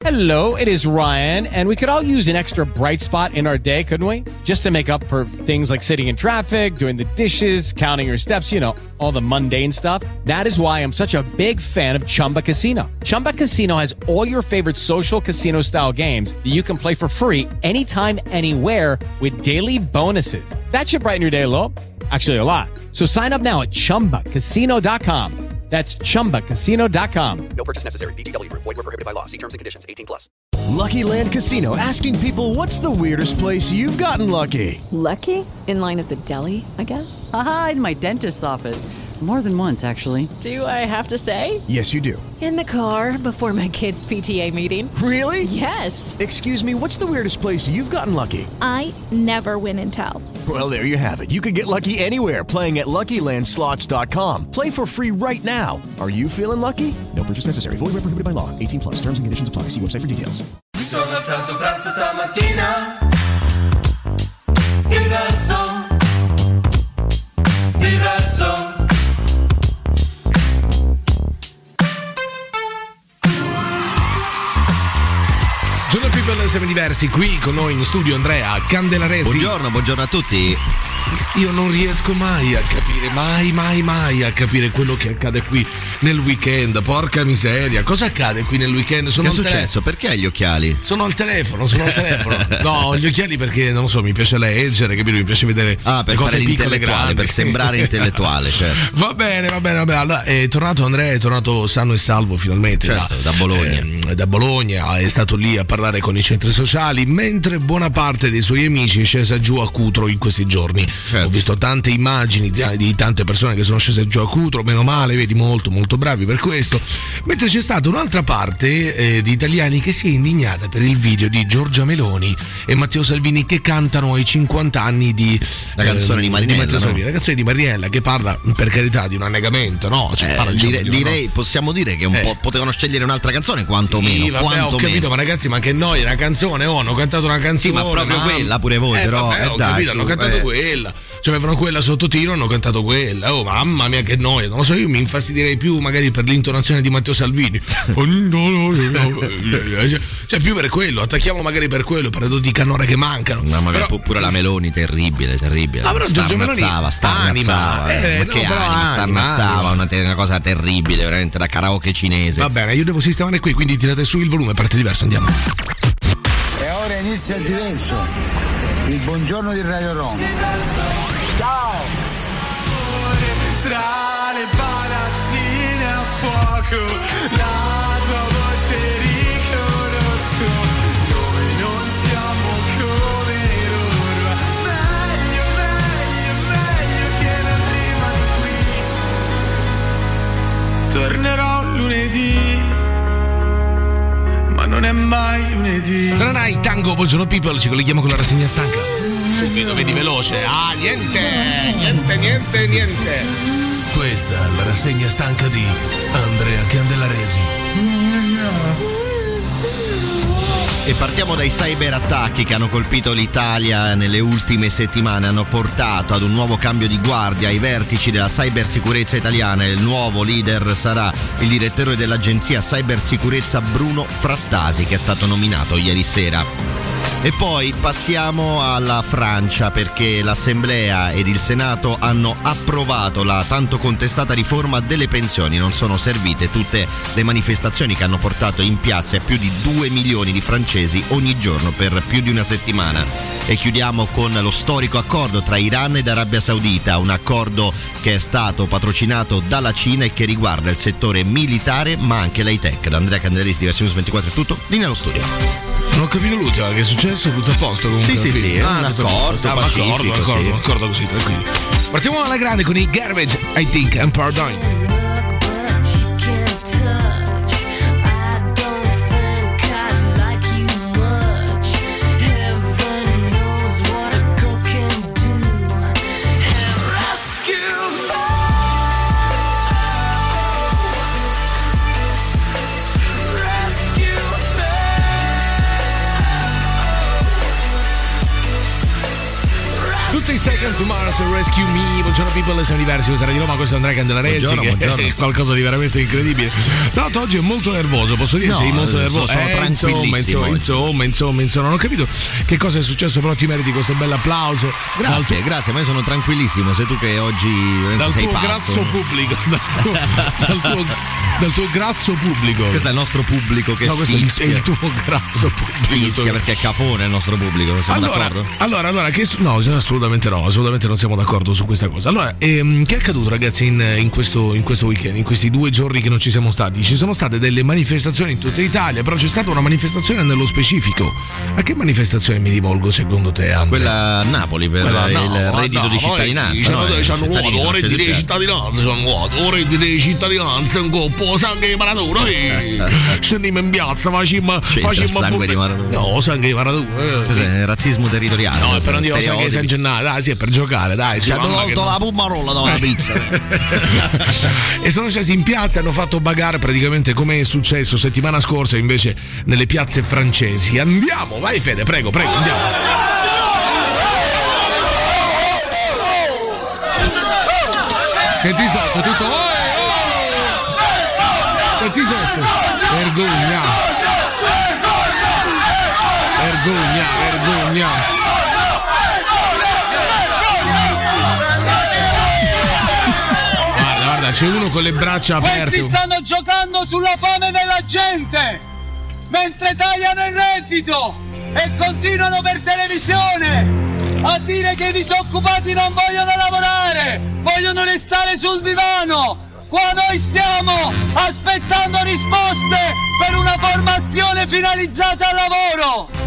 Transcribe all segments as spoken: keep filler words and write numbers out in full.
Hello, it is Ryan, and we could all use an extra bright spot in our day, couldn't we? Just to make up for things like sitting in traffic, doing the dishes, counting your steps, you know, all the mundane stuff. That is why I'm such a big fan of Chumba Casino. Chumba Casino has all your favorite social casino-style games that you can play for free anytime, anywhere with daily bonuses. That should brighten your day a little. Actually, a lot. So sign up now at chumba casino dot com. That's chumba casino dot com. No purchase necessary. V G W Group. Void where prohibited by law. See terms and conditions. eighteen plus. Lucky Land Casino, asking people, what's the weirdest place you've gotten lucky? Lucky? In line at the deli, I guess? Aha, in my dentist's office. More than once, actually. Do I have to say? Yes, you do. In the car before my kids' P T A meeting. Really? Yes. Excuse me, what's the weirdest place you've gotten lucky? I never win and tell. Well, there you have it. You can get lucky anywhere, playing at Lucky Land Slots dot com. Play for free right now. Are you feeling lucky? No purchase necessary. Void where prohibited by law. eighteen plus. Terms and conditions apply. See website for details. Mi sono alzato presto stamattina. Diverso. Diverso. Buongiorno people, siamo diversi, qui con noi in studio Andrea Candelaresi. Buongiorno, buongiorno a tutti. Io non riesco mai a capire, mai, mai, mai a capire quello che accade qui nel weekend. Porca miseria, cosa accade qui nel weekend? Sono che è al successo? Tele... Perché gli occhiali? Sono al telefono, sono al telefono. No, gli occhiali perché, non lo so, mi piace leggere, capito? Mi piace vedere ah, per le cose fare piccole, grandi. Per sembrare intellettuale, certo. Va bene, va bene, va bene. Allora, è tornato Andrea, è tornato sano e salvo finalmente. Certo, da, da Bologna. Eh, da Bologna, è stato lì a parlare con i centri sociali, mentre buona parte dei suoi amici è scesa giù a Cutro in questi giorni. Certo. Ho visto tante immagini di, di tante persone che sono scese giù a Cutro, meno male, vedi, molto molto bravi per questo. Mentre c'è stata un'altra parte eh, di italiani che si è indignata per il video di Giorgia Meloni e Matteo Salvini che cantano ai cinquanta anni di la canzone eh, di Marinella, di Matteo no? Salvini, la canzone di Marinella che parla, per carità, di un annegamento, no? Cioè, eh, parla, dire, diciamo, direi, no? possiamo dire che un eh. po' potevano scegliere un'altra canzone, quanto sì, meno. Vabbè, quanto ho capito, meno. ma ragazzi, ma che noi una canzone, oh, hanno cantato una canzone. Sì, ma proprio ma... quella pure voi, eh, però. Vabbè, eh, ho dai, capito, su, hanno cantato eh. quella. Cioè avevano quella sotto tiro, hanno cantato quella. Oh mamma mia che noia. Non lo so, io mi infastidirei più magari per l'intonazione di Matteo Salvini. Cioè più per quello, attacchiamo magari per quello, per le doti canore che mancano. No, ma però... pure la Meloni, terribile, terribile. Ma però Giorgio Meloni starnazzava, eh, ma no, che però anima, starnazzava, una, una cosa terribile, veramente da karaoke cinese. Va bene, io devo sistemare qui, quindi tirate su il volume, parte diverso, andiamo. E ora inizia il diverso, il buongiorno di Radio Roma. Ciao! Tra le palazzine a fuoco, la tua voce riconosco. Noi non siamo come loro. Meglio, meglio, meglio che non rimano qui. Tornerò lunedì, ma non è mai lunedì. Tranai, tango, buongiorno people, ci colleghiamo con la rassegna stanca. Subito, vedi, veloce. Ah, niente, niente, niente, niente. Questa è la rassegna stanca di Andrea Candelaresi. E partiamo dai cyberattacchi che hanno colpito l'Italia nelle ultime settimane, hanno portato ad un nuovo cambio di guardia ai vertici della cybersicurezza italiana. Il nuovo leader sarà il direttore dell'agenzia cybersicurezza Bruno Frattasi, che è stato nominato ieri sera. E poi passiamo alla Francia, perché l'Assemblea ed il Senato hanno approvato la tanto contestata riforma delle pensioni. Non sono servite tutte le manifestazioni che hanno portato in piazza più di due milioni di francesi ogni giorno per più di una settimana. E chiudiamo con lo storico accordo tra Iran ed Arabia Saudita, un accordo che è stato patrocinato dalla Cina e che riguarda il settore militare ma anche l'high tech. Da Andrea Candelaresi di Versione ventiquattro è tutto, linea allo studio. Non ho capito l'ultima, che è successo? Tutto a posto comunque? Sì, sì, sì, è ah, un accordo, ah, pacifico, accordo, accordo, sì. accordo così, tranquilli. Partiamo alla grande con i Garbage, I Think I'm Pardon. Second to Mars, Rescue Me. Buongiorno people, siamo diversi, questa è Radio Roma, questo è Andrea Candelaresi, buongiorno, che buongiorno. è qualcosa di veramente incredibile. Tra l'altro oggi è molto nervoso, posso dire? No, sei molto nervoso. sono Eh, insomma, tranquillissimo. insomma, insomma, insomma, insomma, non ho capito che cosa è successo, però ti meriti questo bel applauso. Grazie, grazie, ma io sono tranquillissimo, sei tu che oggi Dal sei tuo pazzo. grasso pubblico, dal tuo, dal tuo, dal tuo grasso pubblico. Questo è il nostro pubblico che No, questo è il, fischia. è il tuo grasso pubblico. Fischia perché è cafone il nostro pubblico, siamo Allora, d'accordo? allora, allora, che su- no, assolutamente no, assolutamente non siamo d'accordo su questa cosa. Allora, ehm, che è accaduto, ragazzi, in, in questo, in questo weekend, in questi due giorni che non ci siamo stati? Ci sono state delle manifestazioni in tutta Italia, però c'è stata una manifestazione nello specifico. A che manifestazione mi rivolgo secondo te, Andrea? Quella a Napoli per Quella, no, il ma reddito no, di cittadinanza. Diciamo no? che Eh, c'hanno cittadini, vuoto, non ore c'è di di- cittadinanza, c'hanno vuoto, ore di cittadinanza, un coppo, sangue di Maradona, eh. Scendiamo in piazza, facciamo C'entra il sangue di Maradona? No, sangue di Maradona. eh. Cos'è? Razzismo territoriale. No, cos'è? però andiamo sangue di San Stereotipi. Gennaro, dai, sì, è per giocare, dai. Ci hanno tolto la pumarolla dalla pizza. E sono scesi in piazza e hanno fatto bagarre praticamente come è successo settimana scorsa invece nelle piazze francesi. Andiamo, vai Fede, prego, prego, andiamo. Senti sotto, tutto. Oh, oh. Senti sotto. Vergogna. Vergogna, vergogna. Guarda, guarda, c'è uno con le braccia aperte. Questi stanno giocando sulla fame della gente, mentre tagliano il reddito e continuano per televisione a dire che i disoccupati non vogliono lavorare, vogliono restare sul divano. Qua noi stiamo aspettando risposte per una formazione finalizzata al lavoro.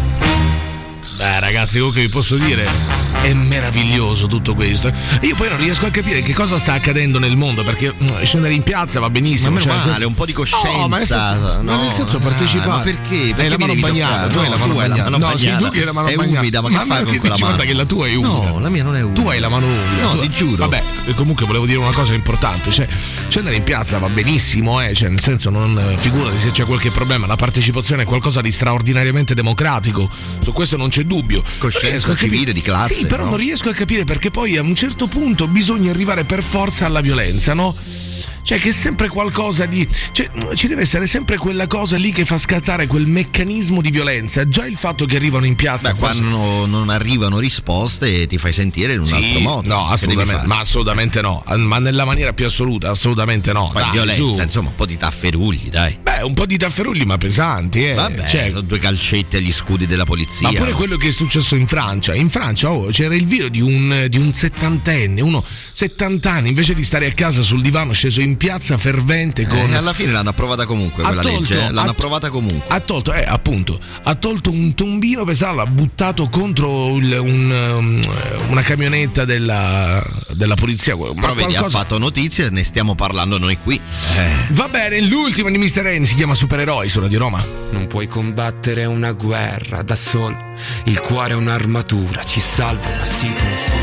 Beh ragazzi, comunque vi posso dire, è meraviglioso tutto questo. E io poi non riesco a capire che cosa sta accadendo nel mondo, perché mm, scendere in piazza va benissimo. Ma meno cioè, nel male, senso- un po' di coscienza. No, ma nel senso, no, ma nel senso ah, partecipare. ma perché? Perché Hai la mi mano devi bagnata, toccare? tu hai No, la mano tu hai la bagnata. mano No, sì, bagnata. tu che hai la mano È bagnata. umida, ma che fai con perché quella dici, mano? guarda che la tua è umida. No, la mia non è umida. Tu hai la mano umida. No, tu- ti giuro. Vabbè, comunque volevo dire una cosa importante, cioè scendere in piazza va benissimo, eh, cioè nel senso non figurati se c'è qualche problema, la partecipazione è qualcosa di straordinariamente democratico. Su questo non c'è dubbio. Coscienza Riesco a capire- civile di classe, Sì, però no? non riesco a capire perché poi a un certo punto bisogna arrivare per forza alla violenza, no? Cioè che è sempre qualcosa di... Cioè ci deve essere sempre quella cosa lì che fa scattare quel meccanismo di violenza. Già il fatto che arrivano in piazza... Beh, forse- quando non arrivano risposte ti fai sentire in un Sì, altro modo. no, Che devi assolutamente, fare? ma assolutamente no, ma nella maniera più assoluta, assolutamente no. Poi Dai, violenza, su. insomma, un po' di tafferugli, dai. Beh, un po' di tafferugli ma pesanti, eh. Vabbè, Cioè, due calcetti agli scudi della polizia. ma pure no? quello che è successo in Francia. In Francia oh, c'era il video di un, di un settantenne, uno settanta anni, invece di stare a casa sul divano, sceso in piazza fervente con... Eh, alla fine l'hanno approvata comunque Ha quella tolto- legge, eh. l'hanno ha- approvata comunque. Ha tolto, eh, appunto, ha tolto un tombino pesante, l'ha buttato contro il- un, um, una camionetta della, della polizia. Ma Però vedi, ha qualcosa- fatto notizie, ne stiamo parlando noi qui. Eh. Va bene, l'ultima di mister N si chiama Supereroi su Radio Roma. Non puoi combattere una guerra da solo, il cuore è un'armatura, ci salva ma si consuma.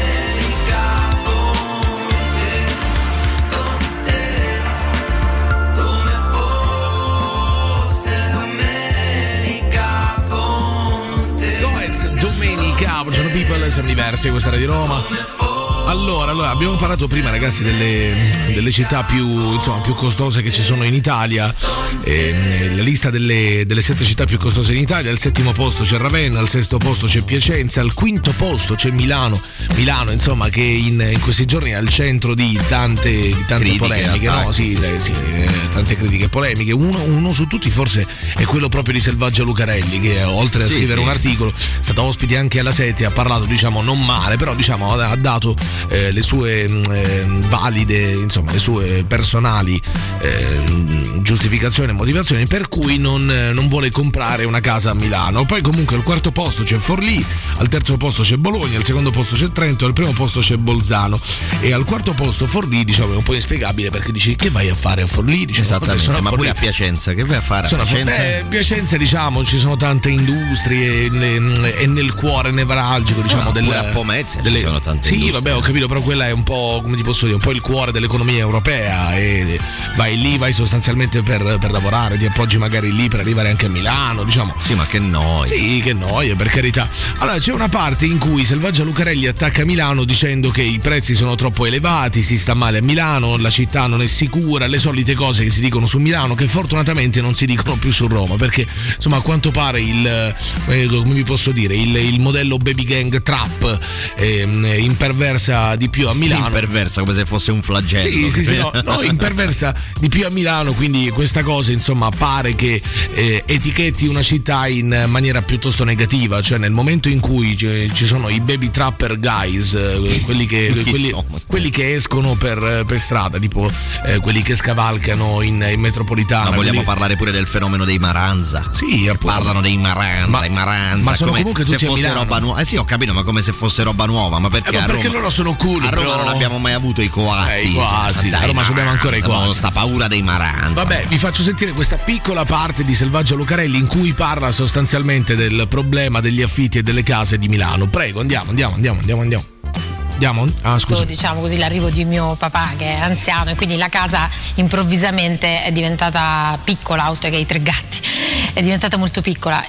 Goez, domenica, buongiorno people, siamo diversi, questa era di Roma. Allora, allora, abbiamo parlato prima ragazzi delle, delle città più, insomma, più costose che ci sono in Italia. Eh, la lista delle, delle sette città più costose in Italia: al settimo posto c'è Ravenna, al sesto posto c'è Piacenza, al quinto posto c'è Milano. Milano, insomma, che in, in questi giorni è al centro di tante, di tante Critiche, polemiche, no? attacchi, Sì, sì, eh, sì, eh, tante critiche e polemiche. Uno, uno su tutti forse è quello proprio di Selvaggia Lucarelli, che oltre a Sì, scrivere sì. un articolo è stato ospite anche alla Sette, ha parlato, diciamo, non male, però diciamo ha, ha dato eh, le sue mh, eh, valide, insomma, le sue personali eh, giustificazioni e motivazioni per cui non, eh, non vuole comprare una casa a Milano. Poi comunque al quarto posto c'è Forlì, al terzo posto c'è Bologna, al secondo posto c'è Trento, al primo posto c'è Bolzano e al quarto posto Forlì, diciamo, è un po' inspiegabile perché dici che vai a fare a Forlì? Dici, Esattamente, sono a ma pure Forlì. a Piacenza, che vai a fare a Sono a Piacenza? Beh, Piacenza, diciamo, ci sono tante industrie e, ne- e nel cuore nevralgico, diciamo, No, del, pure a Pomezia ci sono tante Sì, industrie. vabbè, ho capito, però quella è un po', come ti posso dire, un po' il cuore dell'economia europea, e vai lì, vai sostanzialmente per, per lavorare, ti appoggi magari lì per arrivare anche a Milano, diciamo. Sì, ma che noia. Sì, che noia, per carità. Allora, c'è una parte in cui Selvaggia Lucarelli attacca Milano dicendo che i prezzi sono troppo elevati, si sta male a Milano, la città non è sicura, le solite cose che si dicono su Milano, che fortunatamente non si dicono più su Roma, perché insomma a quanto pare il, eh, come vi posso dire, il, il modello baby gang trap eh, imperversa di più a Milano. Imperversa come se fosse un flagello. Sì, sì, sì, no, no, imperversa di più a Milano, quindi questa cosa insomma pare che eh, etichetti una città in maniera piuttosto negativa, cioè nel momento in cui c- ci sono i baby trapper guys, eh, quelli, che, quelli, quelli che escono per, per strada, tipo eh, quelli che scavalcano in, in metropolitana. Ma vogliamo quelli... parlare pure del fenomeno dei Maranza? Sì, appunto. Parlano dei Maranza, ma, i Maranza, ma sono come comunque tutti se a fosse Milano. Roba nuova. Eh sì, ho capito, ma come se fosse roba nuova, ma perché, eh, ma a perché Roma, loro sono cool, a Roma però... non abbiamo mai avuto i coatti. Eh, i coatti, Dai, a Roma abbiamo ancora i coatti. Sta paura dei Maranza. Vabbè, vi faccio sentire questa piccola parte di Selvaggia Lucarelli in cui parla sostanzialmente del problema degli affitti e delle case di Milano. Prego, andiamo, andiamo, andiamo, andiamo, andiamo. Andiamo? Ah, scusa. Diciamo così, l'arrivo di mio papà che è anziano, e quindi la casa improvvisamente è diventata piccola, oltre che i tre gatti, è diventata molto piccola,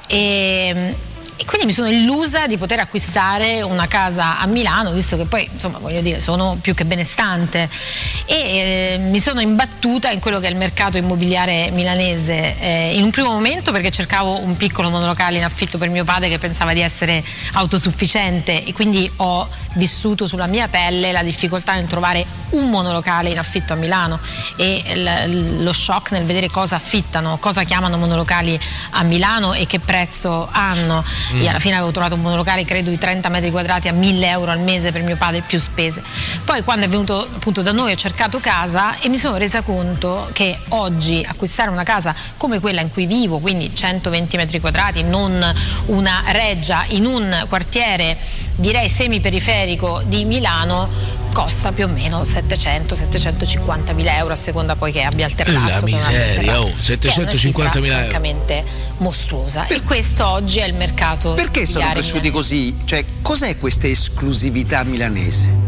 e, e quindi mi sono illusa di poter acquistare una casa a Milano, visto che poi insomma voglio dire sono più che benestante, e eh, mi sono imbattuta in quello che è il mercato immobiliare milanese, eh, in un primo momento perché cercavo un piccolo monolocale in affitto per mio padre che pensava di essere autosufficiente, e quindi ho vissuto sulla mia pelle la difficoltà nel trovare un monolocale in affitto a Milano, e l- lo shock nel vedere cosa affittano, cosa chiamano monolocali a Milano e che prezzo hanno. Mm. Io alla fine avevo trovato un monolocale, credo di trenta metri quadrati a mille euro al mese per mio padre più spese. Poi quando è venuto appunto da noi ho cercato casa e mi sono resa conto che oggi acquistare una casa come quella in cui vivo, quindi centoventi metri quadrati, non una reggia, in un quartiere direi semiperiferico di Milano, costa più o meno settecento settecentocinquanta mila euro, a seconda poi che abbia il terrazzo. La miseria, oh, settecentocinquanta mila euro, francamente mostruosa. Per... E questo oggi è il mercato. Perché sono cresciuti così? Cioè, cos'è questa esclusività milanese?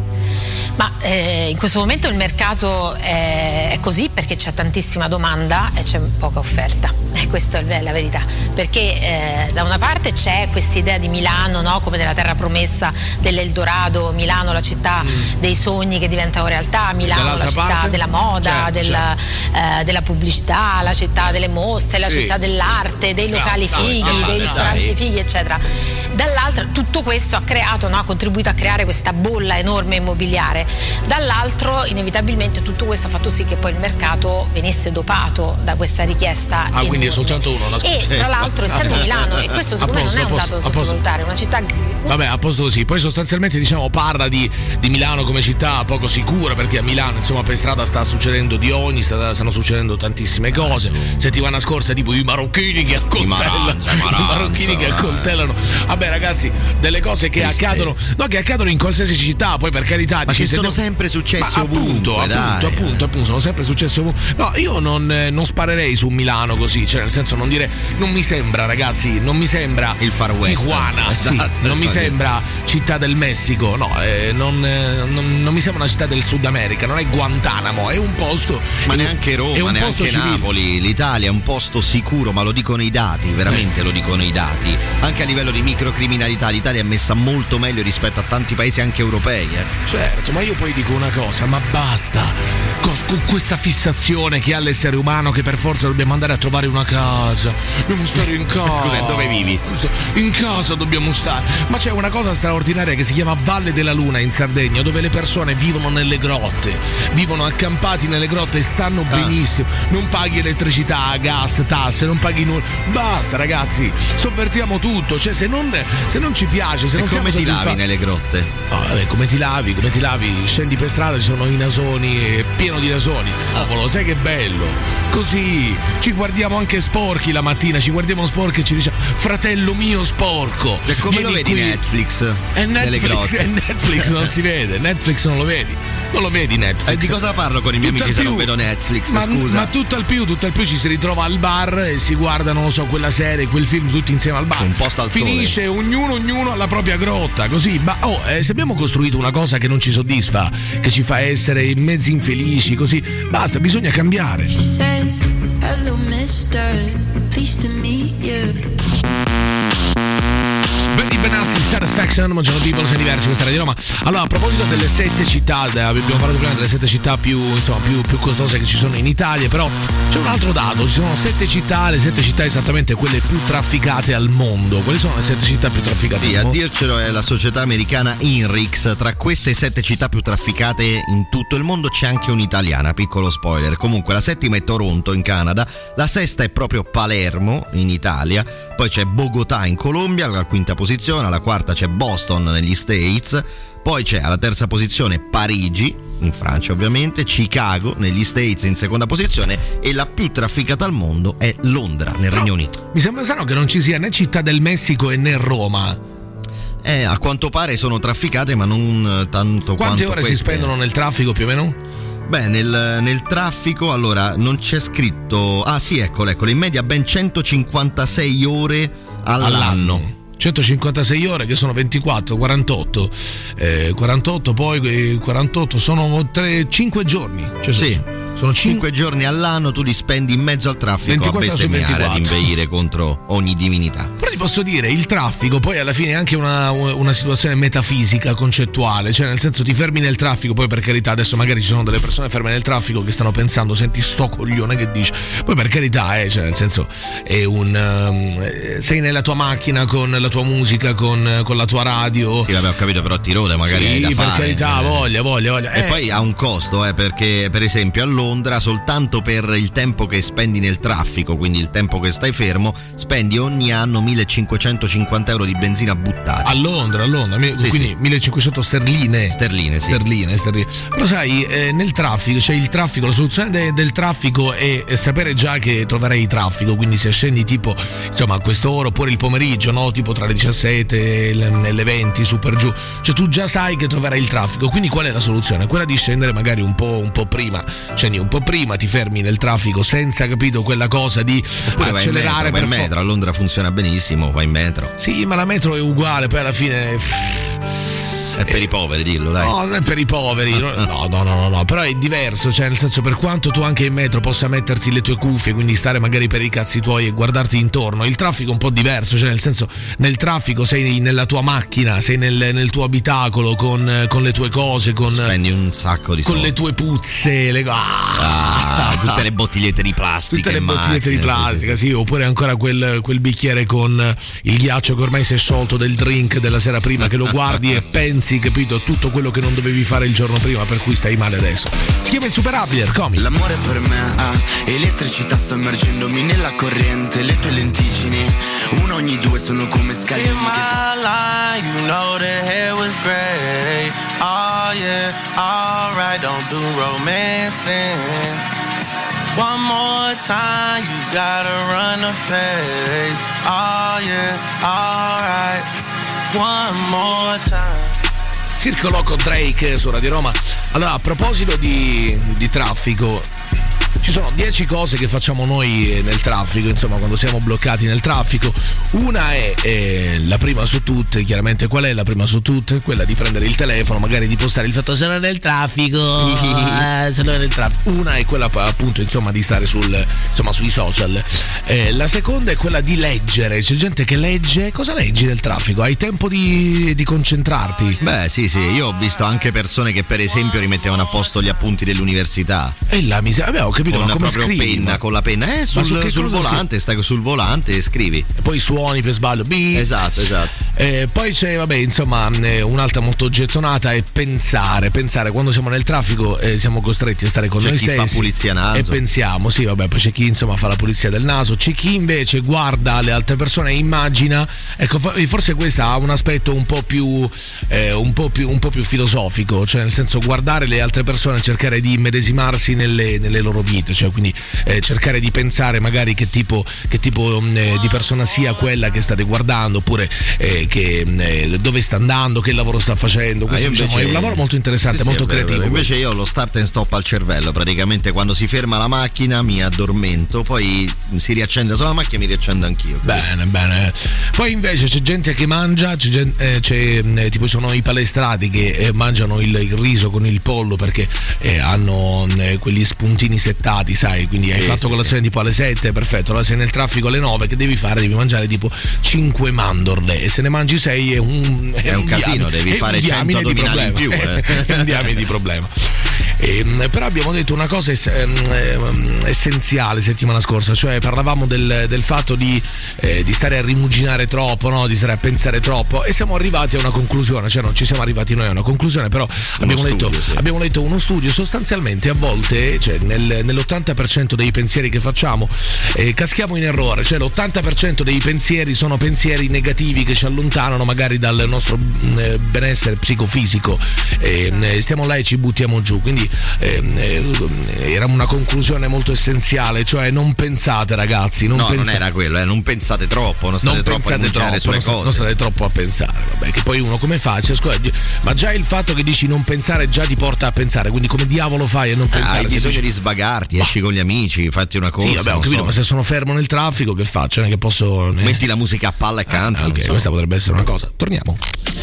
Ma eh, in questo momento il mercato è, è così perché c'è tantissima domanda e c'è poca offerta, e questa è la verità, perché eh, da una parte c'è questa idea di Milano, no? Come della terra promessa dell'Eldorado, Milano la città mm. dei sogni che diventa realtà, Milano la città parte? della moda, certo, della, certo. Eh, della pubblicità, la città delle mostre, la sì. città dell'arte, dei locali no, fighi, no, dei no, ristoranti dai. fighi, eccetera. Dall'altra tutto questo ha creato, no? ha contribuito a creare questa bolla enorme immobiliare. Dall'altro inevitabilmente tutto questo ha fatto sì che poi il mercato venisse dopato da questa richiesta. Ah, enorme. Quindi è soltanto uno, e tra l'altro essendo Milano, e questo secondo me non è un dato da sottovalutare, una città. Vabbè, a posto così. Poi sostanzialmente diciamo parla di, di Milano come città poco sicura, perché a Milano insomma per strada sta succedendo di ogni, sta, stanno succedendo tantissime cose. Settimana scorsa tipo i marocchini che accoltellano, i, i marocchini che accoltellano. Vabbè ragazzi, delle cose che Tristezza. accadono, no, che accadono in qualsiasi città, poi per carità. Ma dici, che sono devo... sempre successi Ma ovunque, appunto, dai. appunto, appunto, appunto, sono sempre successi ovunque. No, io non, eh, non sparerei su Milano così, cioè nel senso non dire, non mi sembra ragazzi, non mi sembra il Far West, Tijuana, esatto, sì, non mi sembra città del Messico, no, eh, non, eh, non, non mi sembra una città del Sud America, non è Guantanamo, è un posto. Ma neanche Roma, neanche Napoli, l'Italia è un posto sicuro, ma lo dicono i dati, veramente eh. lo dicono i dati. Anche a livello di microcriminalità l'Italia è messa molto meglio rispetto a tanti paesi anche europei. Eh. Certo, ma io poi dico una cosa, ma basta con questa fissazione che ha l'essere umano che per forza dobbiamo andare a trovare una casa, dobbiamo stare in casa. Scusa, dove vivi? In casa dobbiamo stare. Ma c'è una cosa straordinaria che si chiama Valle della Luna in Sardegna, dove le persone vivono nelle grotte, vivono accampati nelle grotte e stanno ah. benissimo, non paghi elettricità, gas, tasse, non paghi nulla. Basta ragazzi, sovvertiamo tutto, cioè se non, se non ci piace, se e non come siamo ti lavi nelle grotte? Oh, vabbè, come ti lavi, come ti lavi, scendi per strada, ci sono i nasoni, è pieno di nasoni. Cavolo, sai che bello? Così ci guardiamo anche sporchi la mattina, ci guardiamo sporchi e ci diciamo fratello mio sporco. E come Vieni lo vedi qui. Netflix? È Netflix, è Netflix non si vede, Netflix non lo vedi. non lo vedi Netflix. E di cosa parlo con i miei Tutto amici se più, non vedo Netflix? Ma, scusa. ma tutto al più, tutto al più ci si ritrova al bar e si guarda, non lo so, quella serie, quel film tutti insieme al bar. Un posto al Finisce sole. ognuno, ognuno alla propria grotta, così. Ma oh, eh, se abbiamo costruito una cosa che non ci soddisfa, che ci fa essere mezzi infelici, così, basta, bisogna cambiare. Hello, mister. Pleased to meet you. Benny Benassi, Satisfaction, Buongiorno People, sei diversi, questa era di Roma. Allora, a proposito delle sette città, abbiamo parlato prima delle sette città più, insomma, più, più costose che ci sono in Italia, però c'è un altro dato, ci sono sette città, le sette città esattamente quelle più trafficate al mondo. Quali sono le sette città più trafficate Sì, al a mondo? dircelo è la società americana Inrix. Tra queste sette città più trafficate in tutto il mondo c'è anche un'italiana, piccolo spoiler. Comunque la settima è Toronto in Canada, la sesta è proprio Palermo in Italia, poi c'è Bogotà in Colombia, la quinta posizione, alla quarta c'è Boston negli States, poi c'è alla terza posizione Parigi in Francia ovviamente, Chicago negli States in seconda posizione e la più trafficata al mondo è Londra nel Regno Unito. Mi sembra strano che non ci sia né Città del Messico e né Roma. Eh, a quanto pare sono trafficate ma non tanto. Quante quanto ore queste. si spendono nel traffico più o meno? Beh, nel, nel traffico, allora, non c'è scritto. Ah, sì, eccolo, eccolo. In media ben centocinquantasei ore all'anno. all'anno. centocinquantasei ore che sono ventiquattro, quarantotto. Eh, quarantotto, poi quarantotto sono tre, cinque giorni. Cioè, sì. sono, sono cinque giorni all'anno tu li spendi in mezzo al traffico a bestemmiare, ad inveire contro ogni divinità. Però ti posso dire, il traffico poi alla fine è anche una, una situazione metafisica, concettuale, cioè nel senso ti fermi nel traffico, poi per carità adesso magari ci sono delle persone ferme nel traffico che stanno pensando senti sto coglione che dice, poi per carità eh, cioè nel senso è un um, sei nella tua macchina con la tua musica, con, con la tua radio. Sì vabbè ho capito, però ti rode magari sì, hai da per fare. carità, voglia, voglia, voglia. E eh. poi ha un costo eh, perché per esempio a Londra soltanto per il tempo che spendi nel traffico, quindi il tempo che stai fermo, spendi ogni anno millecinquecentocinquanta euro di benzina buttata. A Londra, a Londra, sì, quindi sì. millecinquecento sterline. Sterline, sì. Sterline, sterline. Però sai, eh, nel traffico, cioè il traffico, la soluzione de- del traffico è, è sapere già che troverai traffico, quindi se scendi tipo, insomma, a quest'ora oppure il pomeriggio, no? Tipo tra le diciassette e le, le venti, su per giù. Cioè tu già sai che troverai il traffico, quindi qual è la soluzione? Quella di scendere magari un po', un po' prima. Scendi un po' prima, ti fermi nel traffico senza, capito, quella cosa di oppure accelerare. Vai in metro, vai per in metro, fo- a Londra funziona benissimo, vai in metro. Sì, ma la metro è uguale, poi alla fine è per eh, i poveri, dillo, dai. No, non è per i poveri, no, no, no, no, no, però è diverso, cioè nel senso, per quanto tu anche in metro possa metterti le tue cuffie, quindi stare magari per i cazzi tuoi e guardarti intorno, il traffico è un po' diverso, cioè nel senso, nel traffico sei nella tua macchina, sei nel, nel tuo abitacolo con, con le tue cose, con spendi un sacco di con soldi, le tue puzze, le ah, tutte le bottigliette di plastica, tutte le bottigliette macchine, di plastica, sì, sì, sì, oppure ancora quel, quel bicchiere con il ghiaccio che ormai si è sciolto del drink della sera prima, che lo guardi e pensi, capito, tutto quello che non dovevi fare il giorno prima, per cui stai male adesso. Si chiama Insuperabile, comi. L'amore per me ha elettricità, sto immergendomi nella corrente, le tue lenticini, uno ogni due sono come scalini. In my life, you know the hair was gray. Oh yeah, alright, don't do romancing. One more time, you gotta run the face. Oh yeah, alright, one more time. Circolò con Drake su Radio Roma. Allora, a proposito di, di traffico, ci sono dieci cose che facciamo noi nel traffico, insomma, quando siamo bloccati nel traffico. Una è, è la prima su tutte, chiaramente qual è la prima su tutte? Quella di prendere il telefono, magari di postare il fatto sono nel traffico, eh, sono nel traffico. Una è quella appunto, insomma, di stare sul, insomma, sui social. Eh, la seconda è quella di leggere, c'è gente che legge. Cosa leggi nel traffico? Hai tempo di, di concentrarti? Beh sì sì, io ho visto anche persone che per esempio rimettevano a posto gli appunti dell'università. E la miseria, vabbè, ho capito, con ma come proprio scrivi? penna, Ma... con la penna, eh, sul, sul, sul volante, stai sul volante e scrivi. E poi suoni per sbaglio. Beep. Esatto, esatto. Eh, poi c'è, vabbè, insomma, eh, un'altra molto gettonata è pensare. Pensare, quando siamo nel traffico eh, siamo costretti a stare con c'è noi chi stessi. fa pulizia naso. E pensiamo, sì, vabbè, poi c'è chi insomma fa la pulizia del naso, c'è chi invece guarda le altre persone e immagina Ecco, forse questa ha un aspetto un po' più eh, un po' più un po' più filosofico, cioè nel senso guardare le altre persone e cercare di immedesimarsi nelle, nelle loro vite, cioè quindi eh, cercare di pensare magari che tipo che tipo eh, di persona sia quella che state guardando, oppure eh, che eh, dove sta andando, che lavoro sta facendo. Questo, ah, diciamo, invece, è un lavoro molto interessante, sì, molto sì, vero, creativo. vero. Invece io ho lo start and stop al cervello, praticamente quando si ferma la macchina mi addormento, poi si riaccende solo la macchina e mi riaccendo anch'io. Bene, bene. Poi invece c'è gente che mangia, c'è, gente, eh, c'è eh, tipo sono i palestrati che eh, mangiano il, il riso con il pollo perché eh, hanno eh, quegli spuntini settati, sai, quindi hai sì, fatto sì, colazione sì. tipo alle sette, perfetto, allora sei nel traffico alle nove, che devi fare? Devi mangiare tipo cinque mandorle, e se ne mangi sei è un è, è un, un casino, diamine, devi fare cento addominali in più, eh. È un diamine di problema. Eh, però abbiamo detto una cosa ess- ehm, essenziale settimana scorsa, cioè parlavamo del, del fatto di, eh, di stare a rimuginare troppo, no? Di stare a pensare troppo, e siamo arrivati a una conclusione, cioè non ci siamo arrivati noi a una conclusione, però abbiamo, studio, letto, sì. abbiamo letto uno studio, sostanzialmente a volte, cioè nel, nell'ottanta per cento dei pensieri che facciamo eh, caschiamo in errore, cioè l'ottanta per cento dei pensieri sono pensieri negativi che ci allontanano magari dal nostro eh, benessere psicofisico, eh, stiamo là e ci buttiamo giù, quindi eh, eh, era una conclusione molto essenziale, cioè non pensate ragazzi, non no pensa- non era quello, eh, non pensate troppo, non state non troppo pensate a troppo, sulle non, cose, non state troppo a pensare, vabbè, che poi uno come fa, cioè, scusa, ma già il fatto che dici non pensare già ti porta a pensare, quindi come diavolo fai a non pensare? Ah, hai bisogno dici... di svagarti, bah. esci con gli amici, fatti una cosa. Sì, vabbè, ho capito, so. ma se sono fermo nel traffico che faccio? Non è che posso. Metti la musica a palla e canta. Ah, ok, so. questa potrebbe essere una cosa. Torniamo.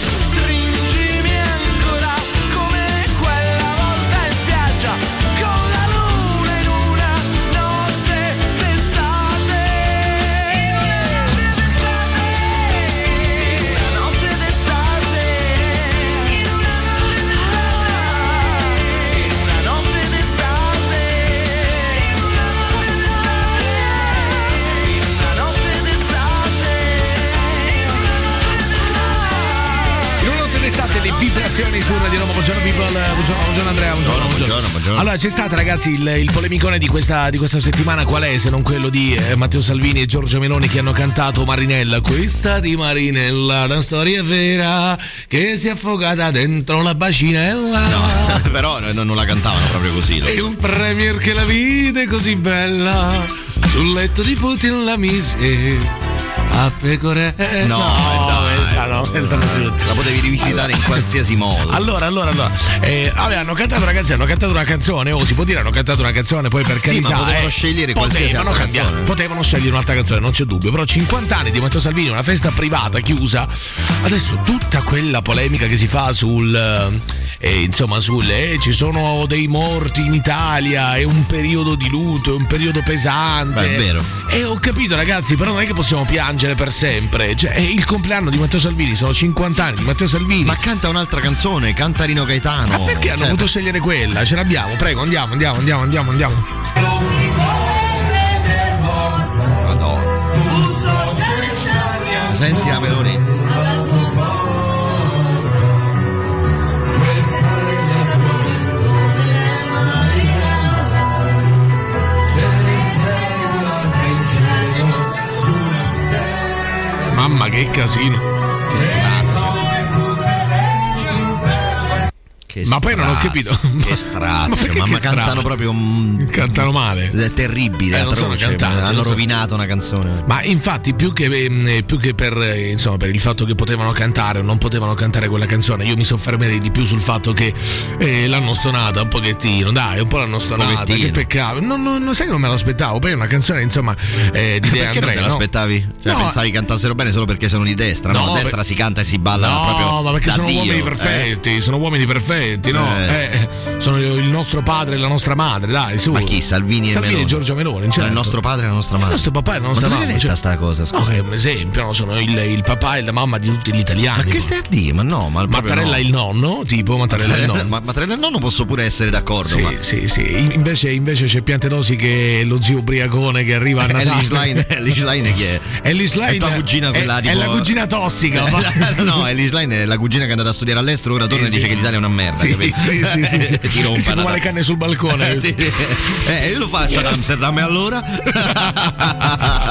Vibrazioni su Radio Roma. Buongiorno people, buongiorno, buongiorno Andrea, buongiorno, buongiorno. buongiorno, buongiorno. Allora c'è stato ragazzi il, il polemicone di questa, di questa settimana, qual è se non quello di eh, Matteo Salvini e Giorgio Meloni che hanno cantato Marinella. Questa di Marinella, una storia vera che si è affogata dentro la bacinella. No, però non, non la cantavano proprio così. E un premier che la vide così bella, sul letto di Putin la mise a pecore. No, no, questa no, questa non si la potevi rivisitare allora, in qualsiasi modo. Allora, allora, allora. Eh, vabbè, hanno cantato ragazzi, hanno cantato una canzone, o oh, si può dire hanno cantato una canzone, poi per carità. Sì, ma potevano eh, scegliere qualsiasi potevano altra cambiare, canzone. Potevano scegliere un'altra canzone, non c'è dubbio. Però cinquanta anni di Matteo Salvini, una festa privata chiusa. Adesso tutta quella polemica che si fa sul eh, insomma, sul eh, ci sono dei morti in Italia, è un periodo di lutto, è un periodo pesante. Beh, è vero. E ho capito ragazzi, però non è che possiamo piangere per sempre. Cioè, è il compleanno di Matteo Salvini, sono cinquanta anni di Matteo Salvini. Ma canta un'altra canzone, canta Rino Gaetano. Ma perché hanno cioè... potuto scegliere quella? Ce l'abbiamo, prego, andiamo, andiamo, andiamo, andiamo, andiamo. Madonna. Senti la Meloni. Mamma che casino. Che strazio. Che ma poi non ho capito. Che strazio. Ma, ma, ma che cantano strazio? proprio un... Cantano male. È terribile, eh, non sono atroce. cantanti, hanno non so. rovinato una canzone. Ma infatti più che, eh, più che per, eh, insomma, per il fatto che potevano cantare o non potevano cantare quella canzone, io mi soffermerei di più sul fatto che eh, l'hanno stonata un pochettino, dai, un po' l'hanno stonata, Pochettino. che peccato. Non, non, non sai che non me l'aspettavo. Poi è una canzone insomma eh, di De Perché André, non te no? l'aspettavi? Cioè No. pensavi cantassero bene solo perché sono di destra, no? No, A destra beh- si canta e si balla no, proprio. ma perché da sono Dio, uomini eh. perfetti, sono uomini perfetti, no? Eh. Eh, sono il nostro padre e la nostra madre, dai, su. Ma chi? Salvini e Salvini Meloni? e Giorgio Meloni, certo. Il nostro padre e la nostra madre. Il nostro papà e la nostra ma mamma. dove cioè- sta cosa? No, Scusa. è un esempio, no? Sono il, il papà e la mamma di tutti gli italiani. Ma che stai a dire? Ma no, ma proprio Mattarella no. il nonno, tipo Mattarella il nonno. Ma Mattarella il nonno posso pure essere d'accordo, Sì, ma sì, sì. Invece, invece c'è Piantedosi che è lo zio ubriacone che arriva a Natale. Ellis Line, Ellis Line chi è? Ellis Line è tua cugina quella è, tipo... è la cugina tossica. No, Ellis Line è la cugina che è andata a studiare all'estero, ora torna Sì, e dice sì. che l'Italia è una merda, Sì, capito? sì, sì, sì, sì. Ti rompa si fuma Natale. le canne sul balcone. Eh, sì. Eh, io lo faccio ad Amsterdam e allora?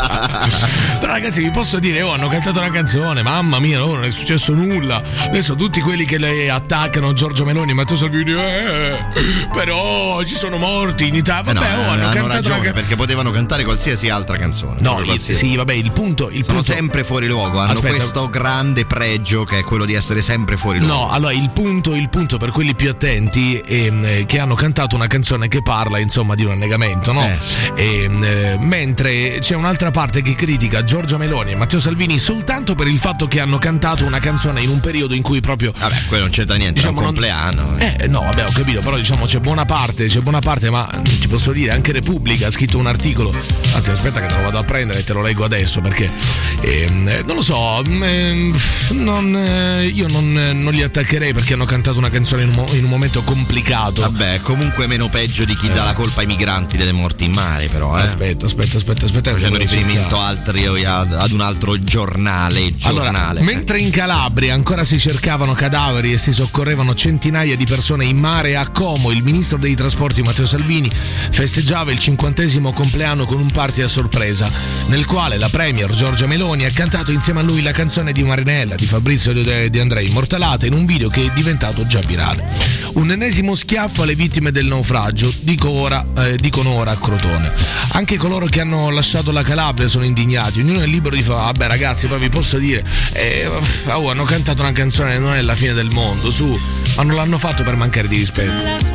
Però ragazzi, vi posso dire, oh, hanno cantato una canzone, mamma mia, oh, non è successo nulla. Adesso tutti quelli che le attaccano Giorgio Meloni e Matteo Salvini, eh, però ci sono morti in Italia. Vabbè, eh no, oh, hanno, hanno cantato ragione, una... perché potevano cantare qualsiasi altra canzone. No, il, sì, vabbè, il punto, il sono punto... sempre fuori luogo, hanno Aspetta. questo grande pregio che è quello di essere sempre fuori luogo. No, allora il punto, il punto per quelli più attenti è che hanno cantato una canzone che parla insomma di un annegamento, no? Eh. E, eh, mentre c'è un'altra parte che critica Giorgia Meloni e Matteo Salvini soltanto per il fatto che hanno cantato una canzone in un periodo in cui proprio vabbè, quello non c'entra niente, diciamo, è un compleanno. Non... Eh no, vabbè, ho capito, però diciamo c'è buona parte, c'è buona parte, ma ti posso dire anche Repubblica ha scritto un articolo. Anzi, aspetta che te lo vado a prendere e te lo leggo adesso perché eh, non lo so, eh, non, eh, io non, non li attaccherei perché hanno cantato una canzone in un, in un momento complicato. Vabbè, comunque meno peggio di chi eh. dà la colpa ai migranti delle morti in mare, però. Eh. Aspetta, aspetta, aspetta, aspetta. Facendo riferimento altri, ad, ad un altro giornale. giornale. Allora, mentre in Calabria ancora si cercavano cadaveri e si soccorrevano centinaia di persone in mare, a Como il ministro dei trasporti Matteo Salvini festeggiava il cinquantesimo compleanno con un party a sorpresa, nel quale la premier Giorgia Meloni ha cantato insieme a lui la canzone di Marinella di Fabrizio De André, immortalata in un video che è diventato già virale. Un ennesimo schiaffo alle vittime del naufragio, dico ora, eh, dicono ora a Crotone. Anche coloro che hanno lasciato la Calabria sono indignati, ognuno è libero di fare, vabbè ragazzi, poi vi posso dire, eh, oh, hanno cantato una canzone, non è la fine del mondo, su, ma non l'hanno fatto per mancare di rispetto.